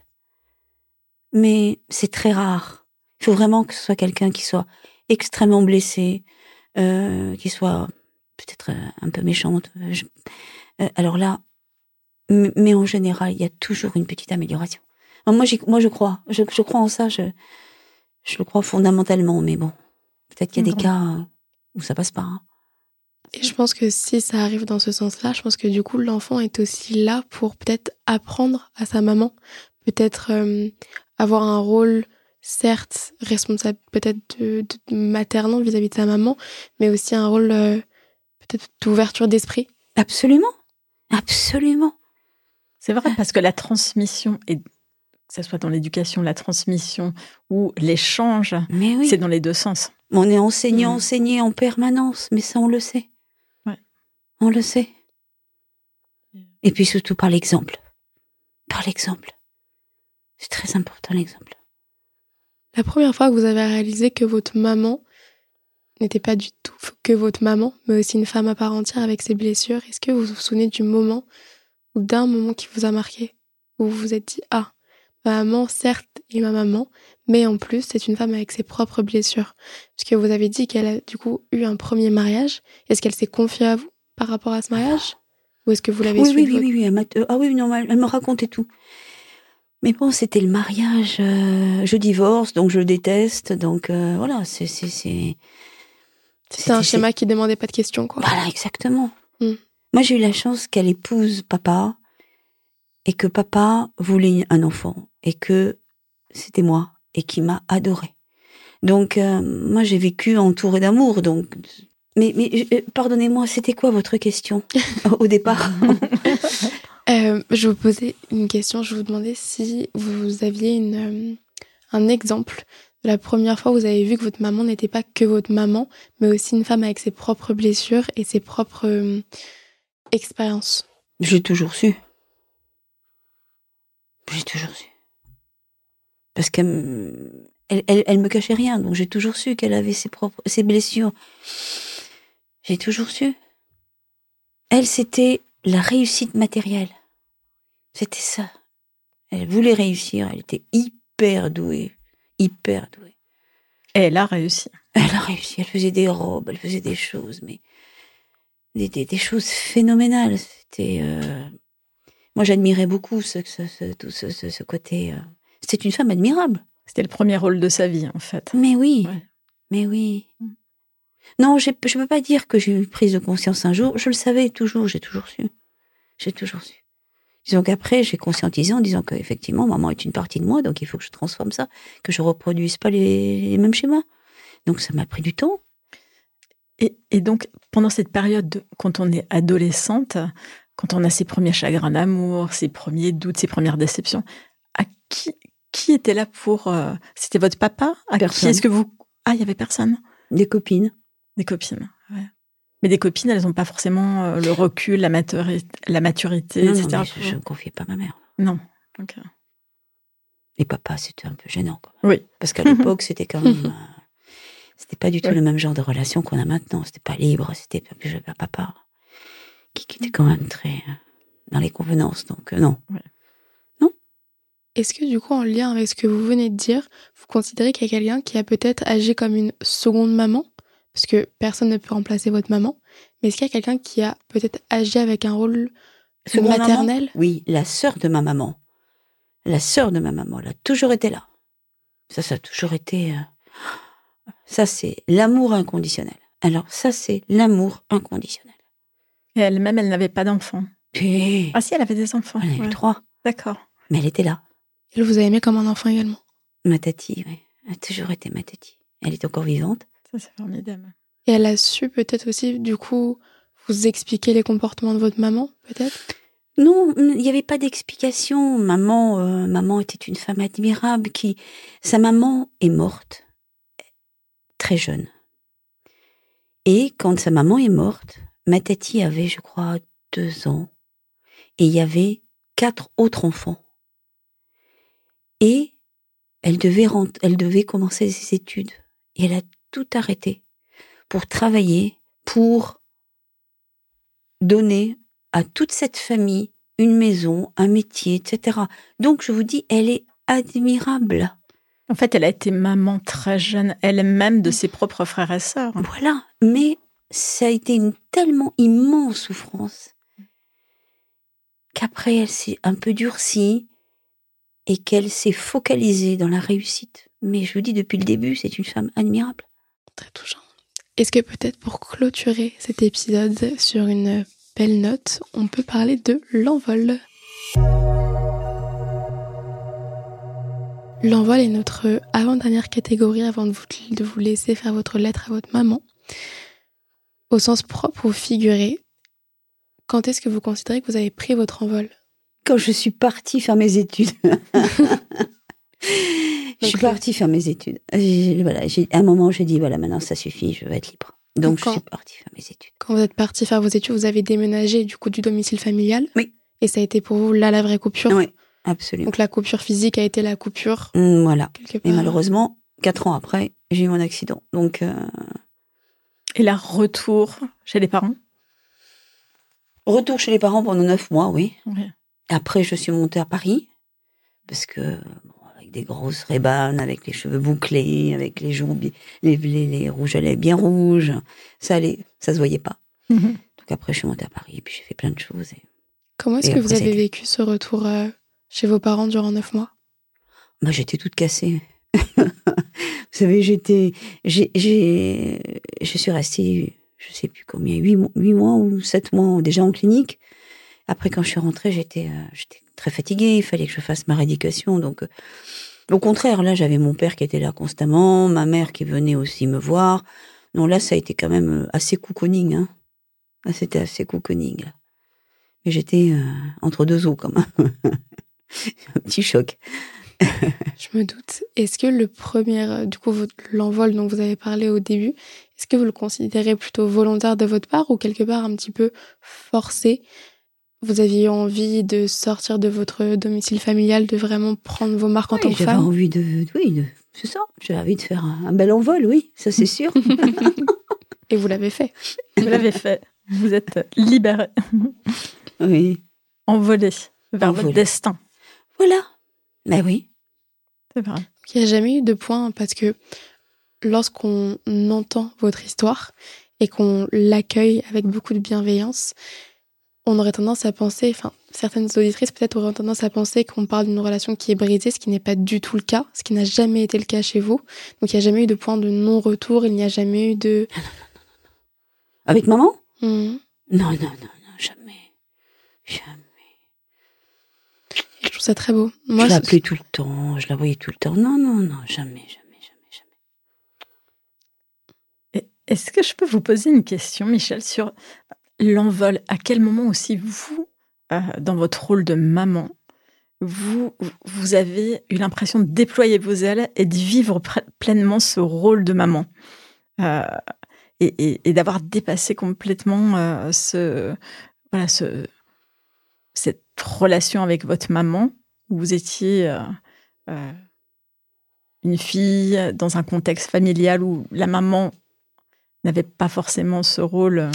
Mais c'est très rare. Il faut vraiment que ce soit quelqu'un qui soit extrêmement blessé, euh, qui soit peut-être un peu méchante. Je... Euh, alors là, m- mais en général, il y a toujours une petite amélioration. Alors moi, j'y, moi, je crois. Je, je crois en ça. Je, je le crois fondamentalement. Mais bon, peut-être qu'il y a des bon. cas où ça passe pas. Hein. Et je pense que si ça arrive dans ce sens-là, je pense que du coup, l'enfant est aussi là pour peut-être apprendre à sa maman, peut-être euh, avoir un rôle, certes, responsable peut-être de, de maternant vis-à-vis de sa maman, mais aussi un rôle euh, peut-être d'ouverture d'esprit. Absolument, absolument. C'est vrai, parce que la transmission, et que ce soit dans l'éducation, la transmission ou l'échange, oui. c'est dans les deux sens. On est enseignant, mmh. enseigné en permanence, mais ça, on le sait. Ouais. On le sait. Et puis surtout par l'exemple. Par l'exemple. C'est très important, l'exemple. La première fois que vous avez réalisé que votre maman n'était pas du tout que votre maman, mais aussi une femme à part entière avec ses blessures, est-ce que vous vous souvenez du moment ou d'un moment qui vous a marqué, où vous vous êtes dit « Ah, ma maman, certes, est ma maman, mais en plus, c'est une femme avec ses propres blessures ». Parce que vous avez dit qu'elle a du coup eu un premier mariage. Est-ce qu'elle s'est confiée à vous par rapport à ce mariage ? Ou est-ce que vous l'avez Oui, su oui, de oui, votre... oui, oui. Elle m'a, euh, ah oui, non, elle, elle me racontait tout. Mais bon, c'était le mariage. Euh, je divorce, donc je le déteste. Donc euh, voilà, c'est... c'est, c'est... C'était un schéma qui demandait pas de questions, quoi. Voilà, exactement. Mm. Moi, j'ai eu la chance qu'elle épouse papa et que papa voulait un enfant et que c'était moi et qui m'a adorée. Donc, euh, moi, j'ai vécu entourée d'amour. Donc, mais, mais euh, pardonnez-moi, c'était quoi votre question au départ? euh, Je vous posais une question. Je vous demandais si vous aviez une, euh, un exemple de la première fois où vous avez vu que votre maman n'était pas que votre maman, mais aussi une femme avec ses propres blessures et ses propres euh, expériences. J'ai toujours su. J'ai toujours su. Parce qu'elle elle, elle, elle me cachait rien, donc j'ai toujours su qu'elle avait ses propres ses blessures. J'ai toujours su. Elle, c'était la réussite matérielle. C'était ça. Elle voulait réussir, elle était hyper douée. Hyper douée. Et elle a réussi. Elle a réussi, elle faisait des robes, elle faisait des choses, mais des, des, des choses phénoménales. C'était... Euh... Moi, j'admirais beaucoup ce, ce, ce, tout ce, ce, ce côté... Euh... C'était une femme admirable. C'était le premier rôle de sa vie, en fait. Mais oui, ouais. mais oui. Mm. Non, j'ai, je ne peux pas dire que j'ai eu prise de conscience un jour. Je le savais toujours, j'ai toujours su. J'ai toujours su. Disons qu'après, j'ai conscientisé en disant qu'effectivement, maman est une partie de moi, donc il faut que je transforme ça, que je ne reproduise pas les, les mêmes schémas. Donc ça m'a pris du temps. Et, et donc, pendant cette période, de, quand on est adolescente, quand on a ses premiers chagrins d'amour, ses premiers doutes, ses premières déceptions, à qui, qui était là pour... Euh, c'était votre papa? À Personne. Qui est-ce que vous... Ah, il n'y avait personne? Des copines. Des copines, ouais. Mais des copines, elles n'ont pas forcément euh, le recul, la, maturi- la maturité, non, et cetera. Non, mais je ne confiais pas ma mère. Non, ok. Et papa, c'était un peu gênant, quand même. Oui. Parce qu'à l'époque, c'était quand même... Euh, c'était pas du tout oui. le même genre de relation qu'on a maintenant. C'était pas libre, c'était j'avais un papa qui, qui était quand même très euh, dans les convenances. Donc, euh, non. Oui. Non. Est-ce que, du coup, en lien avec ce que vous venez de dire, vous considérez qu'il y a quelqu'un qui a peut-être agi comme une seconde maman? Parce que personne ne peut remplacer votre maman. Mais est-ce qu'il y a quelqu'un qui a peut-être agi avec un rôle seconde maternel? Maman, oui, la sœur de ma maman. La sœur de ma maman, elle a toujours été là. Ça, ça a toujours été... Euh... Ça, c'est l'amour inconditionnel. Alors, ça, c'est l'amour inconditionnel. Et elle-même, elle n'avait pas d'enfants. Puis... Ah si, elle avait des enfants. Elle en a ouais. eu trois. D'accord. Mais elle était là. Elle vous a aimé comme un enfant également? Ma tati, oui. Elle a toujours été ma tati. Elle est encore vivante. Ça, c'est formidable. Et elle a su peut-être aussi, du coup, vous expliquer les comportements de votre maman, peut-être? Non, il n'y avait pas d'explication. Maman, euh, maman était une femme admirable qui... Sa maman est morte très jeune. Et quand sa maman est morte, ma tati avait, je crois, deux ans. Et il y avait quatre autres enfants. Et elle devait, rent- elle devait commencer ses études. Et elle a tout arrêté pour travailler, pour donner à toute cette famille une maison, un métier, et cetera. Donc, je vous dis, elle est admirable. En fait, elle a été maman très jeune, elle-même de ses propres frères et sœurs. Voilà, mais ça a été une tellement immense souffrance qu'après, elle s'est un peu durcie et qu'elle s'est focalisée dans la réussite. Mais je vous dis, depuis le début, c'est une femme admirable. Très touchant. Est-ce que peut-être pour clôturer cet épisode sur une belle note, on peut parler de l'envol? L'envol est notre avant-dernière catégorie avant de vous, de vous laisser faire votre lettre à votre maman. Au sens propre ou figuré, quand est-ce que vous considérez que vous avez pris votre envol? Quand je suis partie faire mes études. Je suis partie faire mes études. J'ai, voilà, j'ai, à un moment, j'ai dit, voilà, maintenant, ça suffit, je veux être libre. Donc, quand, je suis partie faire mes études. Quand vous êtes partie faire vos études, vous avez déménagé, du coup, du domicile familial? Oui. Et ça a été pour vous là la vraie coupure? Oui, absolument. Donc la coupure physique a été la coupure. Mmh, voilà. Quelque part. Et malheureusement, quatre ans après, j'ai eu mon accident. Donc. Euh... Et là, retour chez les parents? Retour chez les parents pendant neuf mois, oui. Oui. Après, je suis montée à Paris parce que bon, avec des grosses rébanes, avec les cheveux bouclés, avec les joues, les, les, les rouges à lèvres bien rouges, ça allait, ça se voyait pas. Mmh. Donc après, je suis montée à Paris, puis j'ai fait plein de choses. Et... Comment est-ce et que vous après, avez été... vécu ce retour euh, chez vos parents durant neuf mois? Bah, j'étais toute cassée. Vous savez, j'étais, j'ai, j'ai, je suis restée, je sais plus combien, huit, huit mois ou sept mois déjà en clinique. Après, quand je suis rentrée, j'étais, euh, j'étais très fatiguée. Il fallait que je fasse ma rééducation. Donc, euh, au contraire, là, j'avais mon père qui était là constamment, ma mère qui venait aussi me voir. Non, là, ça a été quand même assez cocooning. Hein. Là, c'était assez cocooning. Là. Mais j'étais euh, entre deux eaux, quand même. Un petit choc. Je me doute. Est-ce que le premier, du coup, l'envol dont vous avez parlé au début, est-ce que vous le considérez plutôt volontaire de votre part ou quelque part un petit peu forcé? Vous aviez envie de sortir de votre domicile familial, de vraiment prendre vos marques oui, en tant que j'avais femme? envie de, oui, de, c'est ça. J'avais envie de faire un, un bel envol, oui, ça c'est sûr. Et vous l'avez fait. Vous l'avez fait. Vous êtes libérée. Oui. Envolée vers Envolée. votre destin. Voilà. Ben oui. C'est vrai. Il n'y a jamais eu de point parce que lorsqu'on entend votre histoire et qu'on l'accueille avec beaucoup de bienveillance, on aurait tendance à penser, enfin, certaines auditrices peut-être auraient tendance à penser qu'on parle d'une relation qui est brisée, ce qui n'est pas du tout le cas, ce qui n'a jamais été le cas chez vous. Donc il n'y a jamais eu de point de non-retour, il n'y a jamais eu de... Non, non, non, non. Avec maman? Mmh. Non, non, non, non, jamais. Jamais. Et je trouve ça très beau. Moi, je l'appelais tout le temps, je la voyais tout le temps. Non, non, non, jamais, jamais, jamais, jamais. Est-ce que je peux vous poser une question, Michel, sur l'envol? À quel moment aussi, vous, euh, dans votre rôle de maman, vous, vous avez eu l'impression de déployer vos ailes et de vivre pleinement ce rôle de maman euh, et, et, et d'avoir dépassé complètement euh, ce, voilà, ce, cette relation avec votre maman, où vous étiez euh, euh, une fille dans un contexte familial où la maman n'avait pas forcément ce rôle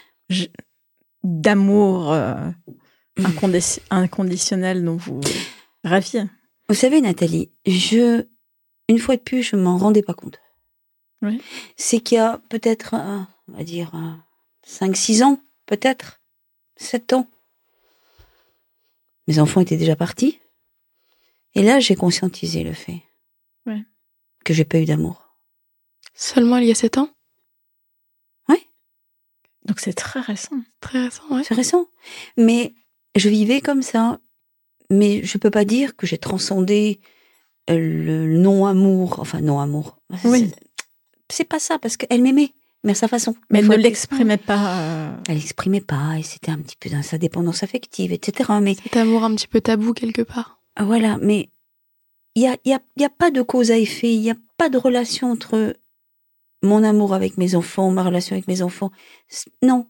d'amour euh, incondi- inconditionnel dont vous rêviez. Vous savez, Nathalie, je, une fois de plus, je m'en rendais pas compte. Oui. C'est qu'il y a peut-être, euh, on va dire, euh, cinq six ans, peut-être, sept ans. Mes enfants étaient déjà partis. Et là, j'ai conscientisé le fait oui. que j'ai pas eu d'amour. Seulement il y a sept ans? Oui. Donc c'est très récent. Très récent, oui. C'est récent. Mais je vivais comme ça. Mais je peux pas dire que j'ai transcendé le non-amour. Enfin, non-amour. Oui. C'est, c'est pas ça, parce qu'elle m'aimait, mais à sa façon. Mais elle ne l'exprimait pas. Euh... Elle l'exprimait pas, et c'était un petit peu dans sa dépendance affective, et cetera. Mais cet amour un petit peu tabou quelque part. Voilà, mais il y a, y a, y a pas de cause à effet, il y a pas de relation entre mon amour avec mes enfants, ma relation avec mes enfants. Non.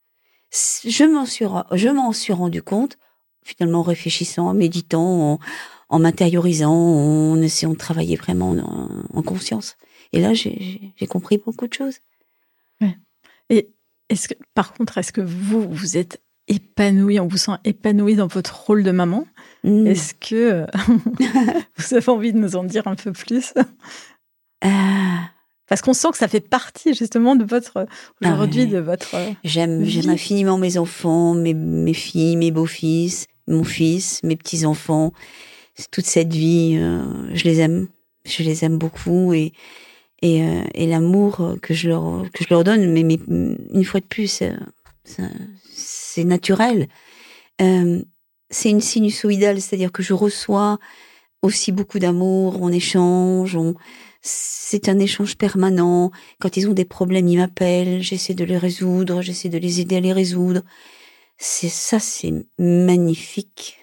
Je m'en suis, je m'en suis rendu compte, finalement, en réfléchissant, en méditant, en, en m'intériorisant, en essayant de travailler vraiment en, en conscience. Et là, j'ai, j'ai compris beaucoup de choses. Ouais. Et est-ce que, par contre, est-ce que vous, vous êtes épanouie, on vous sent épanouie dans votre rôle de maman? Mmh. Est-ce que vous avez envie de nous en dire un peu plus? euh... Parce qu'on sent que ça fait partie justement de votre aujourd'hui, ah ouais. de votre. J'aime, vie. j'aime infiniment mes enfants, mes, mes filles, mes beaux-fils, mon fils, mes petits-enfants. C'est toute cette vie, euh, je les aime, je les aime beaucoup et et, euh, et l'amour que je leur que je leur donne, mais, mais une fois de plus, c'est, c'est naturel. Euh, c'est une sinusoïdale, c'est-à-dire que je reçois aussi beaucoup d'amour, on échange, on c'est un échange permanent. Quand ils ont des problèmes, ils m'appellent, j'essaie de les résoudre, j'essaie de les aider à les résoudre. C'est ça, c'est magnifique.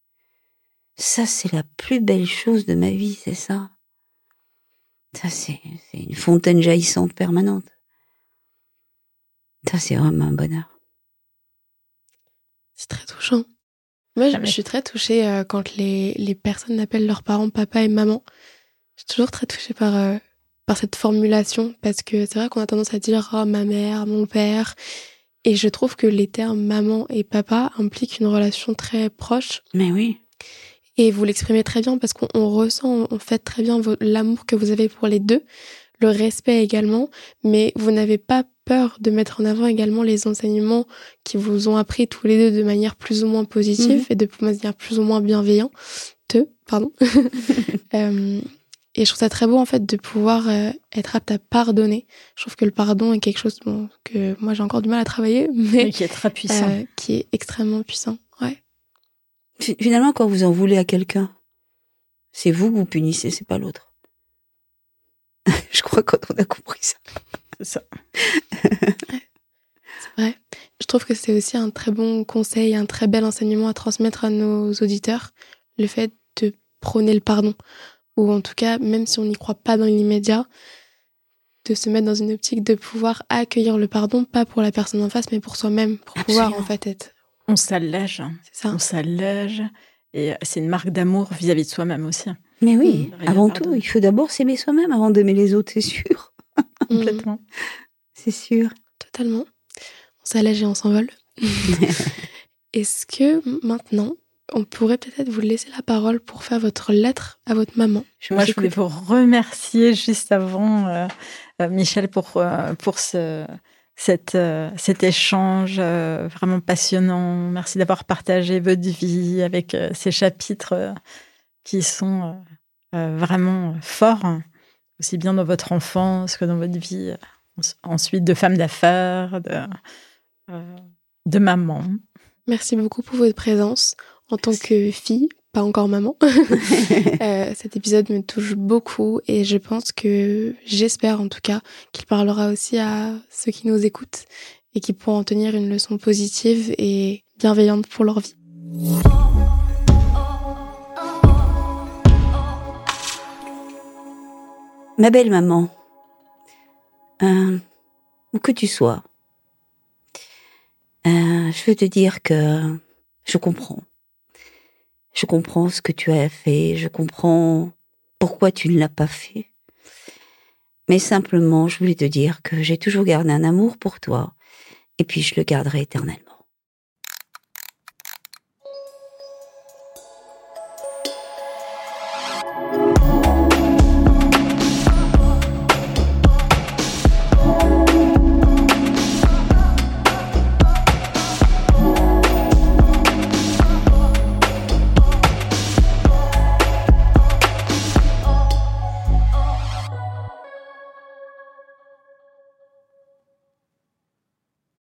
Ça, c'est la plus belle chose de ma vie, c'est ça. Ça, c'est, c'est une fontaine jaillissante permanente. Ça, c'est vraiment un bonheur. C'est très touchant. Moi, je, Jamais. je suis très touchée euh, quand les, les personnes appellent leurs parents papa et maman. Je suis toujours très touchée par, euh, par cette formulation parce que c'est vrai qu'on a tendance à dire oh, ma mère, mon père. Et je trouve que les termes maman et papa impliquent une relation très proche. Mais oui. Et vous l'exprimez très bien parce qu'on on ressent en fait très bien vo- l'amour que vous avez pour les deux, le respect également, mais vous n'avez pas peur de mettre en avant également les enseignements qui vous ont appris tous les deux de manière plus ou moins positive Mhm. et de manière plus ou moins bienveillante. Pardon. euh, et je trouve ça très beau en fait de pouvoir euh, être apte à pardonner. Je trouve que le pardon est quelque chose bon, que moi j'ai encore du mal à travailler, mais Oui, qui est très puissant. euh, qui est extrêmement puissant. Ouais. Finalement, quand vous en voulez à quelqu'un, c'est vous que vous punissez, c'est pas l'autre. Je crois quand on a compris ça. C'est ça. C'est vrai. Je trouve que c'est aussi un très bon conseil, un très bel enseignement à transmettre à nos auditeurs, le fait de prôner le pardon. Ou en tout cas, même si on n'y croit pas dans l'immédiat, de se mettre dans une optique de pouvoir accueillir le pardon, pas pour la personne en face, mais pour soi-même, pour Absolument. pouvoir en fait être... On s'allège. C'est ça. On s'allège. Et c'est une marque d'amour vis-à-vis de soi-même aussi. Mais oui, Mmh. avant tout, il faut d'abord s'aimer soi-même avant d'aimer les autres, c'est sûr. Complètement. C'est sûr. Totalement. On s'allège et on s'envole. Est-ce que maintenant, on pourrait peut-être vous laisser la parole pour faire votre lettre à votre maman? Je Moi, je voulais vous remercier juste avant, euh, euh, Michel, pour, euh, pour ce, cette, euh, cet échange euh, vraiment passionnant. Merci d'avoir partagé votre vie avec euh, ces chapitres euh, qui sont euh, euh, vraiment forts, aussi bien dans votre enfance que dans votre vie euh, ensuite de femme d'affaires, de, euh, de maman. Merci beaucoup pour votre présence en tant que fille, pas encore maman. euh, cet épisode me touche beaucoup et je pense que, j'espère en tout cas, qu'il parlera aussi à ceux qui nous écoutent et qui pourront en tenir une leçon positive et bienveillante pour leur vie. Ma belle maman, euh, où que tu sois, euh, je veux te dire que je comprends. Je comprends ce que tu as fait, je comprends pourquoi tu ne l'as pas fait. Mais simplement, je voulais te dire que j'ai toujours gardé un amour pour toi, et puis je le garderai éternellement.